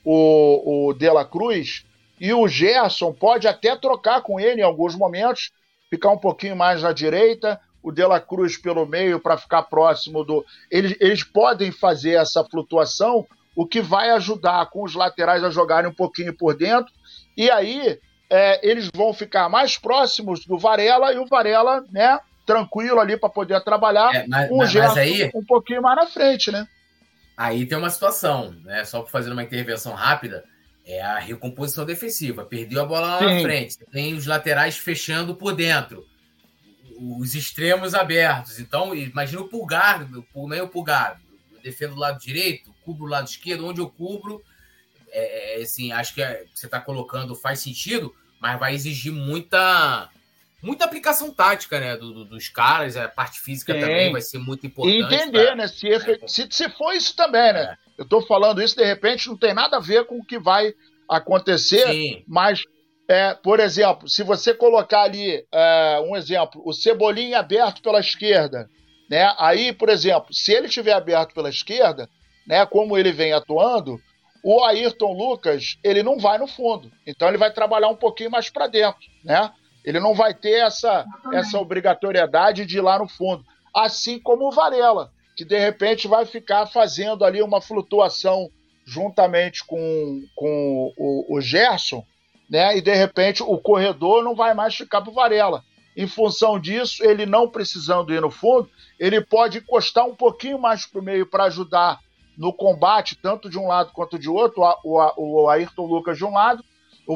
o De La Cruz, e o Gerson pode até trocar com ele em alguns momentos, ficar um pouquinho mais à direita, o De La Cruz pelo meio para ficar próximo do... Eles podem fazer essa flutuação, o que vai ajudar com os laterais a jogarem um pouquinho por dentro, e aí eles vão ficar mais próximos do Varela, e o Varela, né, tranquilo ali para poder trabalhar, com o Gerson aí, um pouquinho mais na frente, né? Aí tem uma situação, né? Só para fazer uma intervenção rápida, é a recomposição defensiva. Perdeu a bola lá na frente, tem os laterais fechando por dentro, os extremos abertos. Então, imagina o Pulgar, meio Pulgar. Eu defendo do lado direito, cubro o lado esquerdo, onde eu cubro. Assim, acho que você está colocando faz sentido, mas vai exigir muita aplicação tática, né, dos caras. A parte física também vai ser muito importante. E entender, né, se for isso também, né? Eu estou falando isso, de repente, não tem nada a ver com o que vai acontecer, sim, mas, por exemplo, se você colocar ali, um exemplo, o Cebolinha aberto pela esquerda, né? Aí, por exemplo, se ele estiver aberto pela esquerda, né, como ele vem atuando, o Ayrton Lucas, ele não vai no fundo, então ele vai trabalhar um pouquinho mais para dentro, né? Ele não vai ter essa obrigatoriedade de ir lá no fundo. Assim como o Varela, que de repente vai ficar fazendo ali uma flutuação juntamente com o Gerson, né? E de repente o corredor não vai mais ficar para o Varela. Em função disso, ele não precisando ir no fundo, ele pode encostar um pouquinho mais para o meio para ajudar no combate, tanto de um lado quanto de outro, o Ayrton Lucas de um lado, o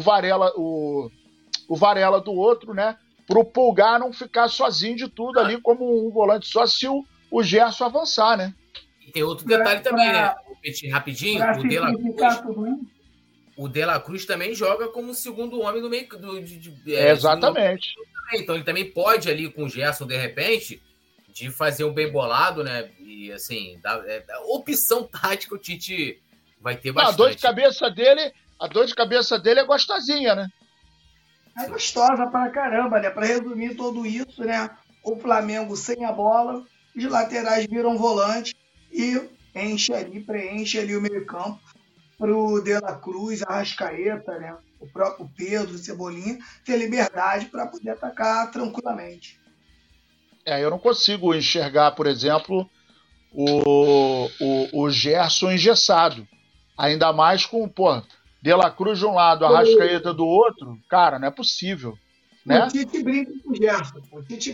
Varela do outro, né? Para o Pulgar não ficar sozinho de tudo ali como um volante só se o Gerson avançar, né? E tem outro detalhe também, né? Rapidinho, o De La Cruz também joga como segundo homem no meio exatamente. Então ele também pode ali com o Gerson, de repente, de fazer um bem bolado, né? E assim, opção tática o Tite vai ter bastante. A dor de cabeça dele é gostosinha, né? É gostosa pra caramba, né? Pra resumir tudo isso, né? O Flamengo sem a bola, os laterais viram volante e preenche ali o meio-campo pro De La Cruz, Arrascaeta, né? O próprio Pedro, Cebolinha, ter liberdade para poder atacar tranquilamente. Eu não consigo enxergar, por exemplo, o Gerson engessado. Ainda mais com, De La Cruz de um lado, Arrascaeta do outro, cara, não é possível. Né? O Tite brinca com o Gerson. O Tite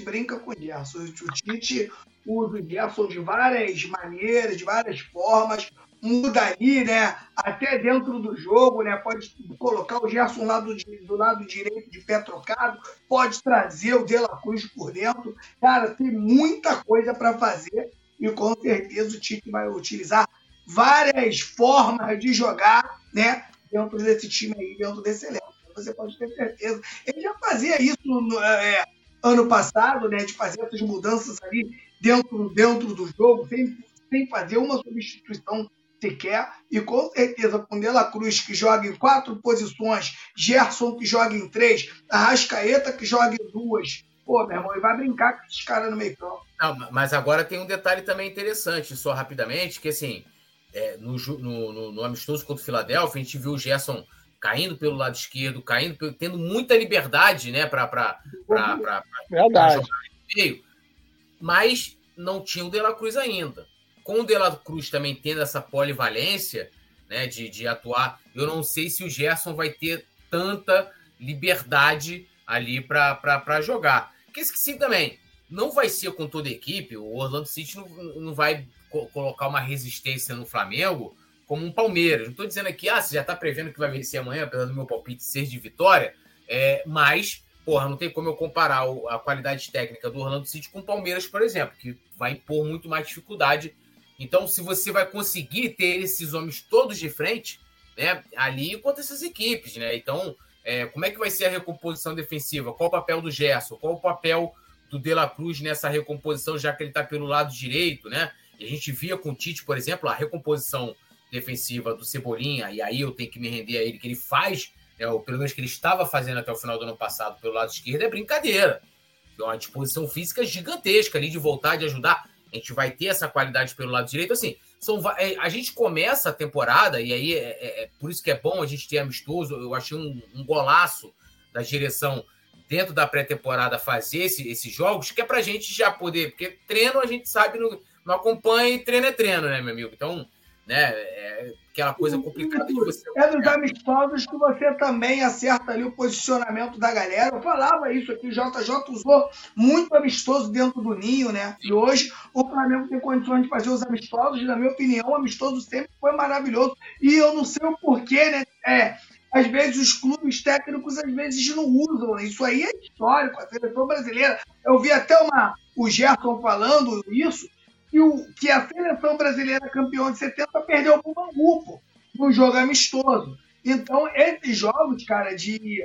usa o Gerson de várias maneiras, de várias formas, muda ali, né? Até dentro do jogo, né? Pode colocar o Gerson do lado direito de pé trocado, pode trazer o De La Cruz por dentro. Cara, tem muita coisa para fazer e com certeza o Tite vai utilizar várias formas de jogar, né? Dentro desse time aí, dentro desse elenco. você pode ter certeza. Ele já fazia isso ano passado, né, de fazer essas mudanças ali dentro do jogo, sem fazer uma substituição sequer, e com certeza com De La Cruz, que joga em 4 posições, Gerson, que joga em 3, Arrascaeta, que joga em 2. Pô, meu irmão, ele vai brincar com esses caras no meio campo. Não, mas agora tem um detalhe também interessante, só rapidamente, que assim, no amistoso contra o Philadelphia, a gente viu o Gerson caindo pelo lado esquerdo, tendo muita liberdade, né, para jogar no meio, mas não tinha o De La Cruz ainda. Com o De La Cruz também tendo essa polivalência, né, de atuar, eu não sei se o Gerson vai ter tanta liberdade ali para jogar. Porque sim também, não vai ser com toda a equipe, o Orlando City não vai colocar uma resistência no Flamengo como um Palmeiras. Não estou dizendo aqui, você já está prevendo que vai vencer amanhã, apesar do meu palpite ser de vitória, mas, não tem como eu comparar a qualidade técnica do Orlando City com o Palmeiras, por exemplo, que vai impor muito mais dificuldade. Então, se você vai conseguir ter esses homens todos de frente, né, ali contra essas equipes, né? Então, como é que vai ser a recomposição defensiva? Qual o papel do Gerson? Qual o papel do De La Cruz nessa recomposição, já que ele está pelo lado direito, né? E a gente via com o Tite, por exemplo, a recomposição defensiva do Cebolinha, e aí eu tenho que me render a ele, que ele faz, ou pelo menos que ele estava fazendo até o final do ano passado pelo lado esquerdo, é brincadeira. É uma disposição física gigantesca ali de voltar, de ajudar. A gente vai ter essa qualidade pelo lado direito. Assim, a gente começa a temporada, e aí por isso que é bom a gente ter amistoso. Eu achei um golaço da direção dentro da pré-temporada fazer esses jogos, que é pra gente já poder, porque treino a gente sabe, não acompanha, e treino é treino, né, meu amigo? Então, né, aquela coisa complicada de você... nos amistosos que você também acerta ali o posicionamento da galera. Eu falava isso aqui, o JJ usou muito amistoso dentro do ninho, né? E hoje o Flamengo tem condições de fazer os amistosos, e, na minha opinião, o amistoso sempre foi maravilhoso. E eu não sei o porquê, né? Às vezes os clubes técnicos às vezes não usam, né? Isso aí é histórico, a seleção brasileira. Eu vi até o Gerson falando isso, que a seleção brasileira campeã de 70 perdeu para o Bangu, pô, num jogo amistoso. Então, esses jogos, cara, de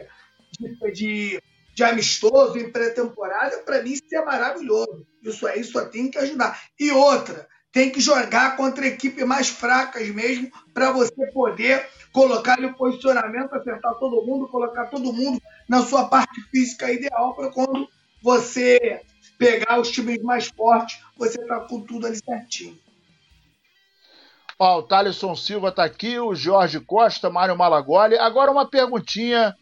amistoso em pré-temporada, para mim isso é maravilhoso. Isso aí só tem que ajudar. E outra, tem que jogar contra equipes mais fracas mesmo, para você poder colocar ali o posicionamento, acertar todo mundo, colocar todo mundo na sua parte física ideal, para quando você pegar os times mais fortes, você tá com tudo ali certinho. O Thaleson Silva tá aqui, o Jorge Costa, Mário Malagoli. Agora uma perguntinha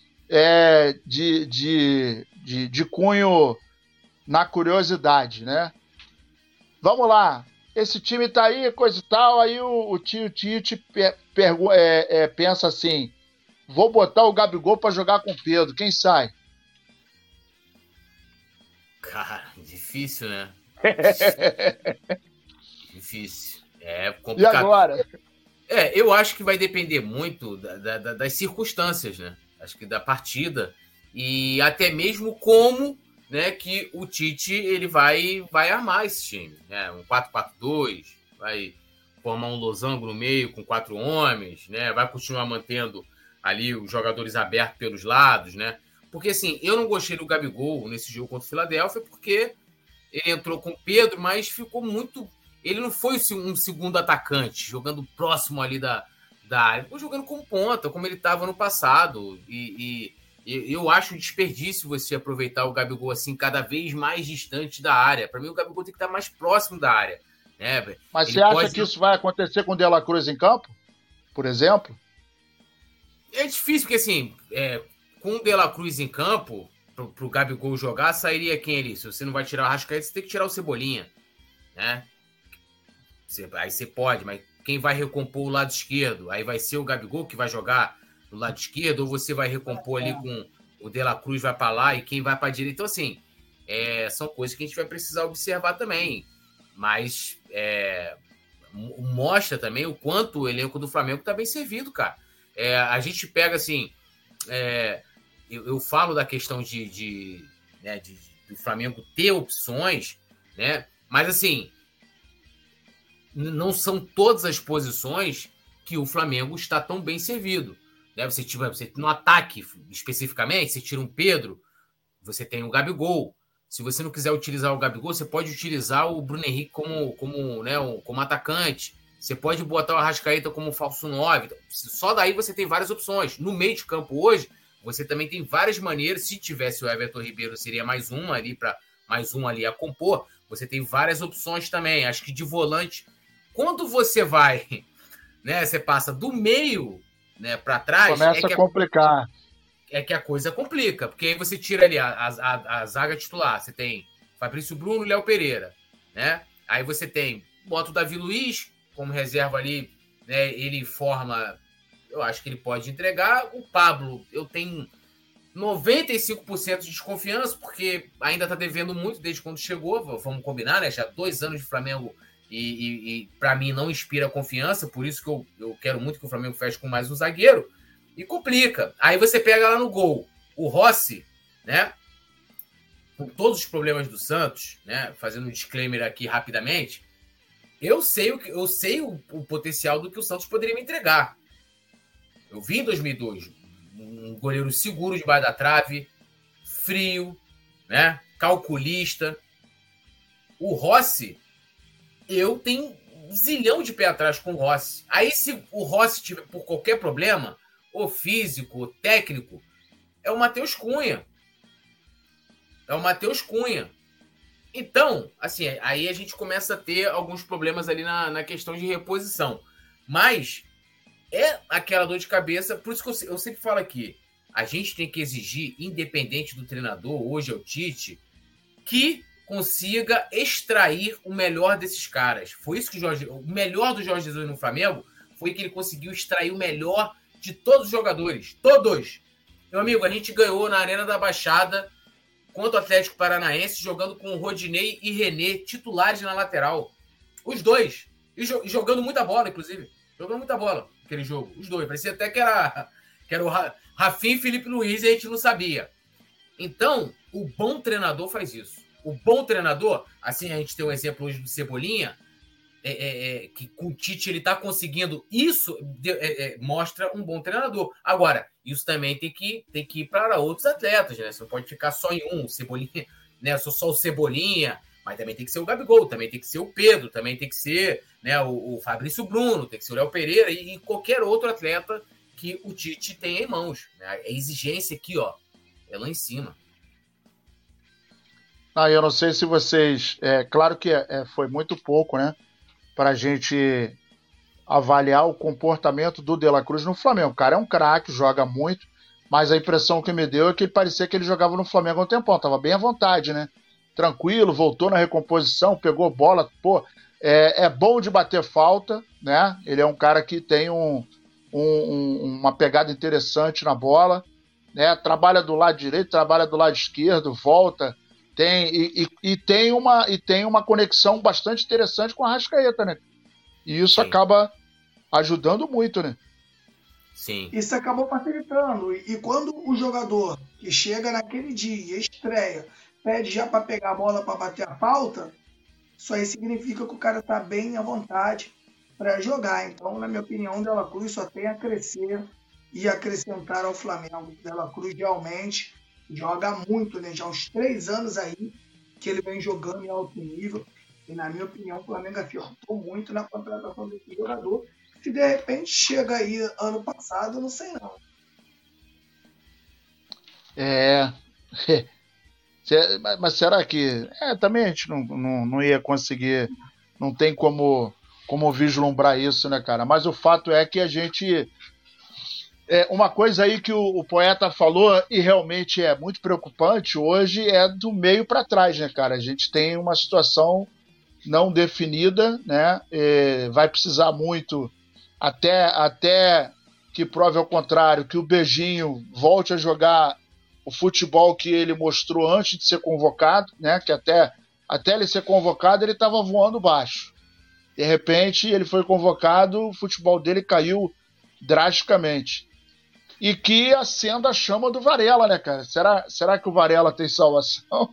de cunho na curiosidade, né? Vamos lá. Esse time tá aí, coisa e tal, aí o tio Tite pensa assim, vou botar o Gabigol para jogar com o Pedro, quem sai? Cara, difícil, né? Difícil. É complicado. E agora? Eu acho que vai depender muito das circunstâncias, né? Acho que da partida e até mesmo como, né, que o Tite ele vai armar esse time, né? Um 4-4-2, vai formar um losango no meio com 4 homens, né? Vai continuar mantendo ali os jogadores abertos pelos lados, né? Porque, assim, eu não gostei do Gabigol nesse jogo contra o Philadelphia porque ele entrou com o Pedro, mas ficou muito... Ele não foi um segundo atacante, jogando próximo ali da área. Ficou jogando com ponta, como ele estava no passado. E eu acho um desperdício você aproveitar o Gabigol assim, cada vez mais distante da área. Para mim, o Gabigol tem que estar mais próximo da área. Né? Mas você acha que isso vai acontecer com o De La Cruz em campo, por exemplo? É difícil, porque assim... Com o De La Cruz em campo, pro Gabigol jogar, sairia quem ali? Se você não vai tirar o Arrascaeta, você tem que tirar o Cebolinha, né? Aí você pode, mas quem vai recompor o lado esquerdo? Aí vai ser o Gabigol que vai jogar no lado esquerdo, ou você vai recompor ali com o De La Cruz vai para lá e quem vai para a direita? Então, assim, são coisas que a gente vai precisar observar também. Mas mostra também o quanto o elenco do Flamengo está bem servido, cara. A gente pega, assim... Eu falo da questão do Flamengo ter opções, né? Mas assim, não são todas as posições que o Flamengo está tão bem servido. né? Você no ataque, especificamente, você tira um Pedro, você tem o Gabigol. Se você não quiser utilizar o Gabigol, você pode utilizar o Bruno Henrique como atacante. Você pode botar o Arrascaeta como falso 9. Só daí você tem várias opções. No meio de campo hoje, você também tem várias maneiras. Se tivesse o Everton Ribeiro, seria mais um ali a compor. Você tem várias opções também. Acho que de volante, quando você vai, né, você passa do meio, né, para trás, começa a complicar. É que a coisa complica, porque aí você tira ali a zaga titular. Você tem Fabrício Bruno e Léo Pereira, né? Aí você bota o Davi Luiz como reserva ali, né? Ele forma, eu acho que ele pode entregar. O Pablo, eu tenho 95% de desconfiança, porque ainda tá devendo muito desde quando chegou, vamos combinar, né? Já 2 anos de Flamengo e para mim não inspira confiança, por isso que eu quero muito que o Flamengo feche com mais um zagueiro. E complica. Aí você pega lá no gol o Rossi, né? Com todos os problemas do Santos, né? Fazendo um disclaimer aqui rapidamente. Eu sei o potencial do que o Santos poderia me entregar. Eu vi em 2002 um goleiro seguro debaixo da trave, frio, né? Calculista. O Rossi, eu tenho um zilhão de pé atrás com o Rossi. Aí se o Rossi tiver por qualquer problema, ou físico, ou técnico, é o Matheus Cunha. Então, assim, aí a gente começa a ter alguns problemas ali na questão de reposição. Mas é aquela dor de cabeça, por isso que eu sempre falo aqui, a gente tem que exigir, independente do treinador, hoje é o Tite, que consiga extrair o melhor desses caras. Foi isso que o melhor do Jorge Jesus no Flamengo foi que ele conseguiu extrair o melhor de todos os jogadores. Todos! Meu amigo, a gente ganhou na Arena da Baixada contra o Atlético Paranaense, jogando com o Rodinei e René, titulares na lateral. Os dois. E jogando muita bola, inclusive. Jogando muita bola, aquele jogo. Os dois. Parecia até que era o Rafinha e Felipe Luiz e a gente não sabia. Então, o bom treinador faz isso. O bom treinador, assim, a gente tem um exemplo hoje do Cebolinha, que com o Tite ele está conseguindo isso, mostra um bom treinador. Agora, isso também tem que ir para outros atletas, né? Você não pode ficar só em um, Cebolinha, né? Só o Cebolinha, mas também tem que ser o Gabigol, também tem que ser o Pedro, também tem que ser, né, o Fabrício Bruno, tem que ser o Léo Pereira e qualquer outro atleta que o Tite tenha em mãos, né? A exigência aqui, ó, é lá em cima. Eu não sei se vocês... claro que foi muito pouco, né? Para a gente avaliar o comportamento do De La Cruz no Flamengo. O cara é um craque, joga muito, mas a impressão que me deu é que ele parecia que ele jogava no Flamengo há um tempão, tava bem à vontade, né? Tranquilo, voltou na recomposição, pegou bola, é bom de bater falta, né? Ele é um cara que tem uma pegada interessante na bola, né? Trabalha do lado direito, trabalha do lado esquerdo, volta, tem uma conexão bastante interessante com a Arrascaeta, né? E isso acaba ajudando muito, né? Sim. Isso acabou facilitando. E quando o jogador que chega naquele dia, estreia, pede já para pegar a bola para bater a falta, isso aí significa que o cara está bem à vontade para jogar. Então, na minha opinião, o De La Cruz só tem a crescer e acrescentar ao Flamengo. O De La Cruz realmente joga muito, né? Já há uns 3 anos aí que ele vem jogando em alto nível. E, na minha opinião, o Flamengo acertou muito na contratação desse jogador. Se de repente chega aí ano passado, não sei não. Mas será que... também a gente não ia conseguir... Não tem como vislumbrar isso, né, cara? Mas o fato é que a gente... uma coisa aí que o poeta falou, e realmente é muito preocupante hoje, é do meio para trás, né, cara? A gente tem uma situação não definida, né? Vai precisar muito até que prove ao contrário, que o Beijinho volte a jogar o futebol que ele mostrou antes de ser convocado, né? Que até ele ser convocado ele estava voando baixo. De repente ele foi convocado, o futebol dele caiu drasticamente. E que acenda a chama do Varela, né, cara? Será que o Varela tem salvação?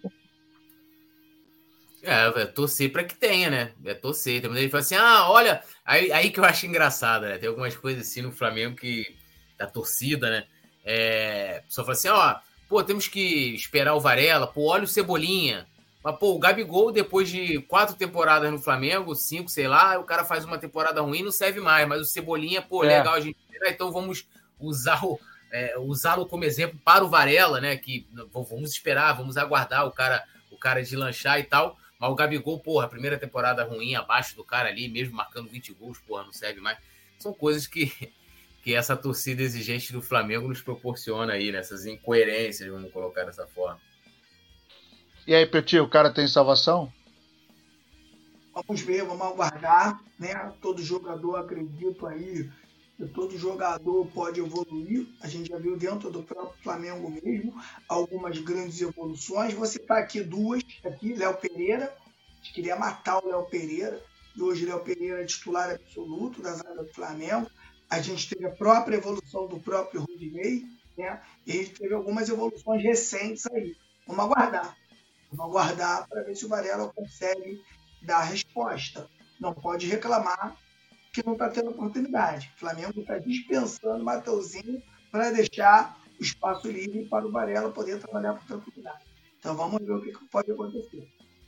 Torcer para que tenha, né? Torcer. Também ele fala assim, olha... Aí que eu acho engraçado, né? Tem algumas coisas assim no Flamengo que da torcida, né? Só fala assim, ó, pô, temos que esperar o Varela, pô, olha o Cebolinha. Mas, pô, o Gabigol, depois de 4 temporadas no Flamengo, 5, sei lá, o cara faz uma temporada ruim, não serve mais. Mas o Cebolinha, pô, legal a gente esperar, então vamos usá-lo como exemplo para o Varela, né? Que vamos esperar, vamos aguardar o cara deslanchar e tal. Mas o Gabigol, porra, a primeira temporada ruim, abaixo do cara ali, mesmo marcando 20 gols, porra, não serve mais. São coisas que essa torcida exigente do Flamengo nos proporciona aí, né? Essas incoerências, vamos colocar dessa forma. E aí, Petit, o cara tem salvação? Vamos ver, vamos aguardar, né? Todo jogador, acredito aí, que todo jogador pode evoluir. A gente já viu dentro do próprio Flamengo mesmo algumas grandes evoluções. Vou citar aqui 2, Léo Pereira. A gente queria matar o Léo Pereira. E hoje o Léo Pereira é titular absoluto da zaga do Flamengo. A gente teve a própria evolução do próprio Rodinei, né? E a gente teve algumas evoluções recentes aí. Vamos aguardar para ver se o Varela consegue dar a resposta. Não pode reclamar que não está tendo oportunidade. O Flamengo está dispensando o Mateuzinho para deixar o espaço livre para o Varela poder trabalhar com tranquilidade. Então vamos ver o que pode acontecer.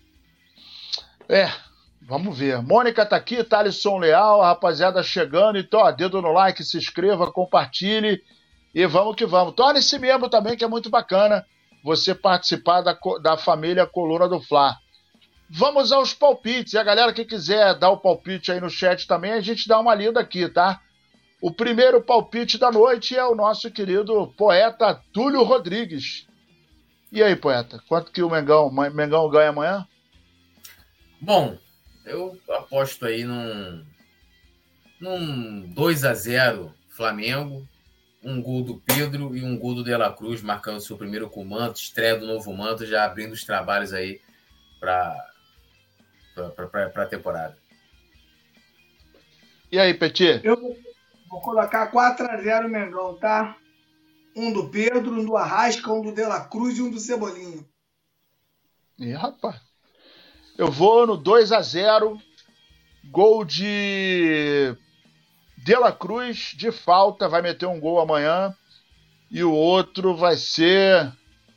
Vamos ver. Mônica tá aqui, Thalisson Leal, a rapaziada chegando. Então, ó, dedo no like, se inscreva, compartilhe e vamos que vamos. Torne-se membro também, que é muito bacana você participar da família Coluna do Fla. Vamos aos palpites. E a galera que quiser dar o palpite aí no chat também, a gente dá uma lida aqui, tá? O primeiro palpite da noite é o nosso querido poeta Túlio Rodrigues. E aí, poeta? Quanto que o Mengão ganha amanhã? Bom, eu aposto aí num 2-0 Flamengo. Um gol do Pedro e um gol do De La Cruz, marcando seu primeiro com o Manto, estreia do novo Manto, já abrindo os trabalhos aí para a temporada. E aí, Petit? Eu vou colocar 4-0 Mengão, tá? Um do Pedro, um do Arrasca, um do De La Cruz e um do Cebolinha. Ih, rapaz. Eu vou no 2-0, gol de La Cruz, de falta, vai meter um gol amanhã. E o outro vai ser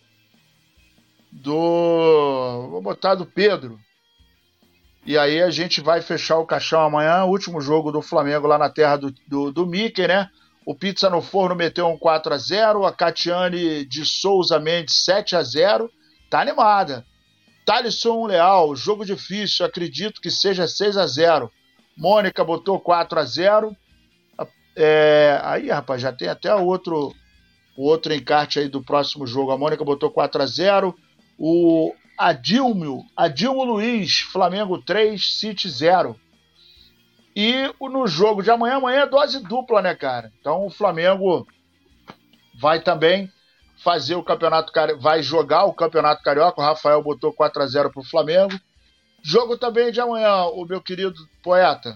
vou botar do Pedro. E aí a gente vai fechar o caixão amanhã, último jogo do Flamengo lá na terra do Mickey, né? O Pizza no Forno meteu um 4-0, a Catiane de Souza Mendes 7-0, tá animada. Thalisson Leal, jogo difícil, acredito que seja 6-0. Mônica botou 4-0. Aí, rapaz, já tem até o outro encarte aí do próximo jogo. A Mônica botou 4-0. O Adilmo Luiz, Flamengo 3, City 0. E no jogo de amanhã é dose dupla, né, cara? Então o Flamengo vai também fazer o Campeonato Carioca, vai jogar o Campeonato Carioca. O Rafael botou 4-0 pro Flamengo. Jogo também de amanhã, o meu querido poeta.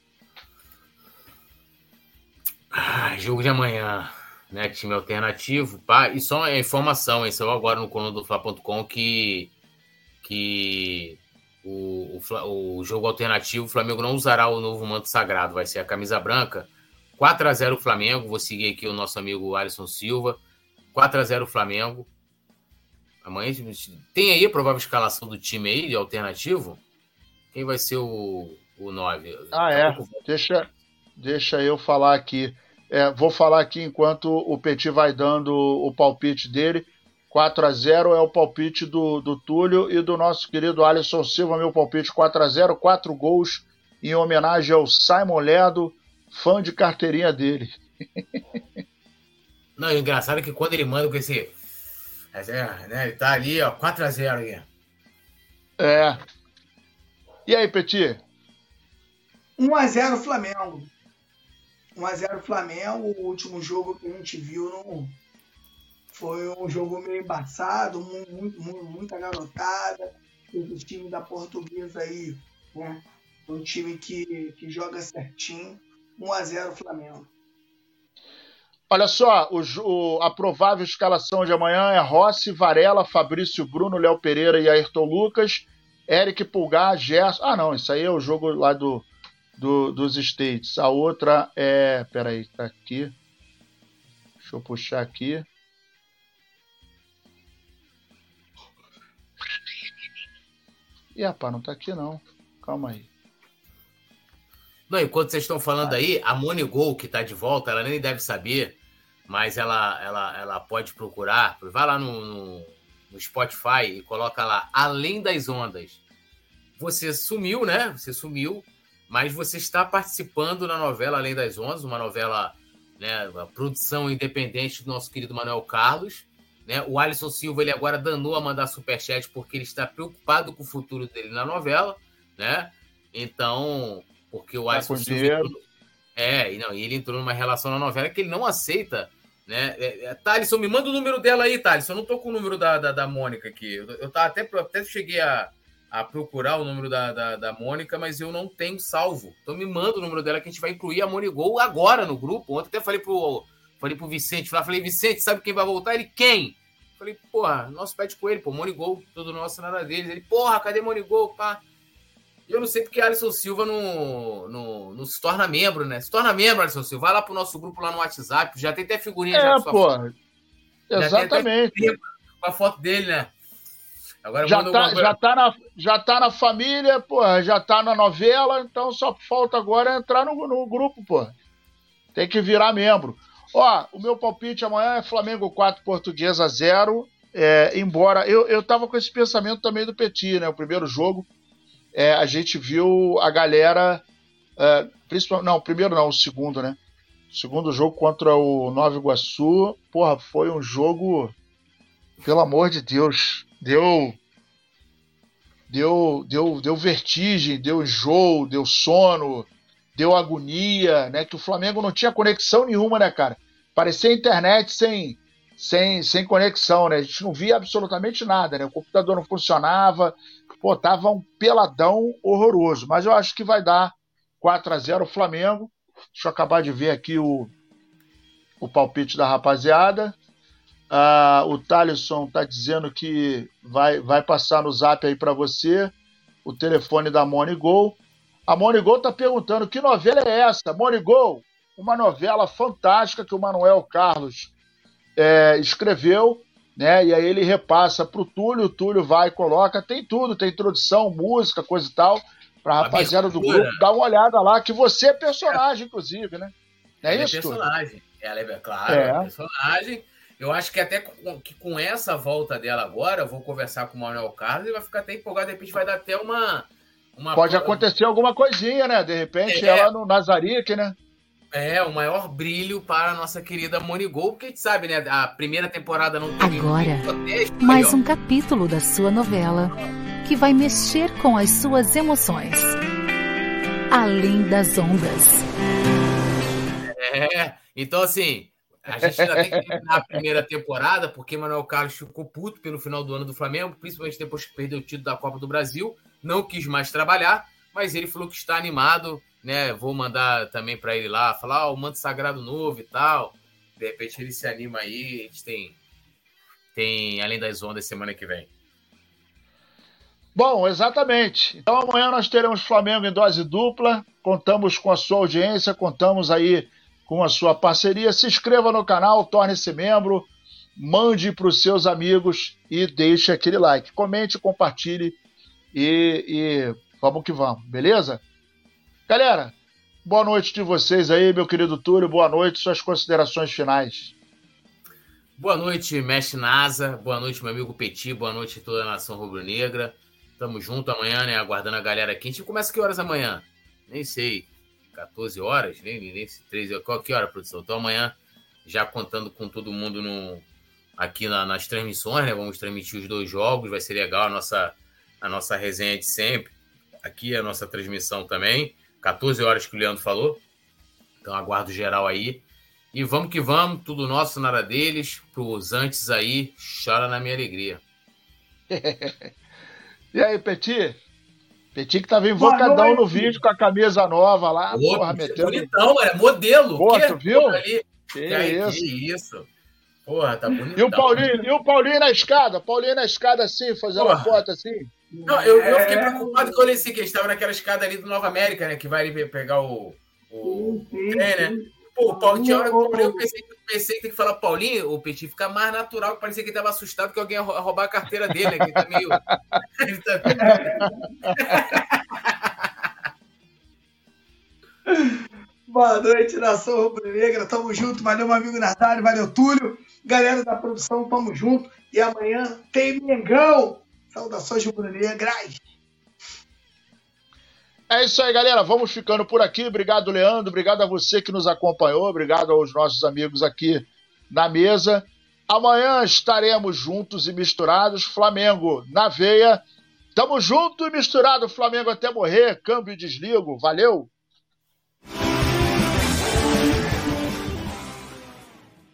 Jogo de amanhã, né? Time alternativo. Pá, e só a informação, hein? Saiu agora no coluna do Fla.com que o jogo alternativo, o Flamengo não usará o novo manto sagrado, vai ser a camisa branca. 4-0 Flamengo. Vou seguir aqui o nosso amigo Alisson Silva. 4-0 Flamengo. Amanhã tem aí a provável escalação do time aí, de alternativo? Quem vai ser o 9? Deixa eu falar aqui. Vou falar aqui enquanto o Petit vai dando o palpite dele. 4-0 é o palpite do Túlio e do nosso querido Alisson Silva. Meu palpite 4-0, 4 gols em homenagem ao Simon Ledo, fã de carteirinha dele. Não, o engraçado é que quando ele manda com esse... né, ele tá ali, ó, 4-0 aí. E aí, Petit? 1-0 Flamengo. 1-0 Flamengo. O último jogo que a gente viu foi um jogo meio embaçado, muita garotada. O time da Portuguesa aí, né? Um time que joga certinho. 1-0 Flamengo. Olha só, a provável escalação de amanhã é Rossi, Varela, Fabrício Bruno, Léo Pereira e Ayrton Lucas, Eric Pulgar, Gerson... não, isso aí é o jogo lá dos States. A outra é... Peraí, tá aqui. Deixa eu puxar aqui. Ih, rapaz, não tá aqui não. Calma aí. Não, enquanto vocês estão falando aí, a Monigol, que tá de volta, ela nem deve saber, mas ela pode procurar. Vai lá no Spotify e coloca lá Além das Ondas. Você sumiu, né? Você sumiu, mas você está participando na novela Além das Ondas, uma novela, né, a produção independente do nosso querido Manuel Carlos. Né? O Alisson Silva, ele agora danou a mandar superchat porque ele está preocupado com o futuro dele na novela, né? Então, porque o Alisson Silva... ele entrou numa relação na novela que ele não aceita, né? Thalisson, me manda o número dela aí, Thalisson. Eu não tô com o número da Mônica aqui. Eu até cheguei a procurar o número da Mônica, mas eu não tenho salvo. Então me manda o número dela que a gente vai incluir a Monigol agora no grupo. Ontem até falei pro Vicente, falei, Vicente, sabe quem vai voltar? Ele, quem? Falei, porra, nosso pé de coelho, Monigol, tudo nosso, nada deles. Ele, porra, cadê Monigol, pá? Eu não sei porque Alisson Silva não se torna membro, né? Se torna membro, Alisson Silva. Vai lá pro nosso grupo lá no WhatsApp, já tem até figurinha já com sua foto. Exatamente. Com a foto dele, né? Agora já tá na família, porra, já tá na novela, então só falta agora entrar no grupo, porra. Tem que virar membro. Ó, o meu palpite amanhã é Flamengo 4, Portuguesa 0. Embora eu tava com esse pensamento também do Petit, né? O primeiro jogo, a gente viu a galera, o segundo, né? O segundo jogo contra o Nova Iguaçu, porra, foi um jogo, pelo amor de Deus, deu vertigem, deu enjoo, deu sono, deu agonia, né? Que o Flamengo não tinha conexão nenhuma, né, cara? Parecia internet sem conexão, né? A gente não via absolutamente nada, né? O computador não funcionava, pô, tava um peladão horroroso. Mas eu acho que vai dar 4-0 o Flamengo. Deixa eu acabar de ver aqui o palpite da rapaziada. O Thalisson tá dizendo que vai passar no zap aí para você o telefone da Monigol. A Monigol tá perguntando que novela é essa? Monigol, uma novela fantástica que o Manuel Carlos escreveu, né? E aí ele repassa pro Túlio, o Túlio vai e coloca, tem tudo, tem introdução, música, coisa e tal, pra rapaziada do grupo dar uma olhada lá, que você é personagem, inclusive, né? Não é isso? É personagem. Ela é personagem. Eu acho que até com essa volta dela agora, eu vou conversar com o Manuel Carlos e vai ficar até empolgado, de repente vai dar até uma pode acontecer alguma coisinha, né? De repente ela no Nazarick, né? O maior brilho para a nossa querida Monigol, porque a gente sabe, né? A primeira temporada não teve... Agora, mais um capítulo da sua novela que vai mexer com as suas emoções. Além das Ondas. Então assim... A gente ainda tem que terminar a primeira temporada, porque Manuel Carlos ficou puto pelo final do ano do Flamengo, principalmente depois que perdeu o título da Copa do Brasil. Não quis mais trabalhar, mas ele falou que está animado, né? Vou mandar também para ele lá, falar o manto sagrado novo e tal. De repente ele se anima aí. A gente tem Além das Ondas semana que vem. Bom, exatamente. Então amanhã nós teremos Flamengo em dose dupla. Contamos com a sua audiência, contamos aí com a sua parceria. Se inscreva no canal, torne-se membro, mande para os seus amigos e deixe aquele like. Comente, compartilhe e vamos que vamos, beleza? Galera, boa noite de vocês aí, meu querido Túlio, boa noite, suas considerações finais. Boa noite, mestre Nasa, boa noite, meu amigo Petit, boa noite a toda a nação rubro-negra. Tamo junto amanhã, né, aguardando a galera aqui. A gente começa que horas amanhã? Nem sei. 14 horas, nem 13 horas. Qual que hora, produção? Então amanhã, já contando com todo mundo aqui nas transmissões, né? Vamos transmitir os 2 jogos, vai ser legal a nossa resenha de sempre. Aqui a nossa transmissão também. 14 horas que o Leandro falou. Então aguardo geral aí. E vamos que vamos, tudo nosso, nada deles. Pros antes aí, chora na minha alegria. E aí, Petit? Petit que tava invocadão no vídeo com a camisa nova lá. Porra, metendo... Bonitão, é modelo. Porra, tu viu? Que isso. Porra, tá bonitão. E o Paulinho na escada? Paulinho na escada assim, fazendo a foto assim? Não, eu fiquei preocupado quando ele estava naquela escada ali do Nova América, né? Que vai pegar o trem, né? Pô, o Paulinho, tinha hora que eu pensei que pensei que tem que falar Paulinho, o Petit, fica mais natural, que parecia que ele estava assustado que alguém ia roubar a carteira dele, né? Que ele tá meio... Ele tá... Boa noite, nação rubro-negra. Tamo junto. Valeu, meu amigo Natário. Valeu, Túlio. Galera da produção, tamo junto. E amanhã tem Mengão. Saudações rubro-negras. É isso aí, galera. Vamos ficando por aqui. Obrigado, Leandro. Obrigado a você que nos acompanhou. Obrigado aos nossos amigos aqui na mesa. Amanhã estaremos juntos e misturados. Flamengo na veia. Tamo junto e misturado. Flamengo até morrer. Câmbio e desligo. Valeu!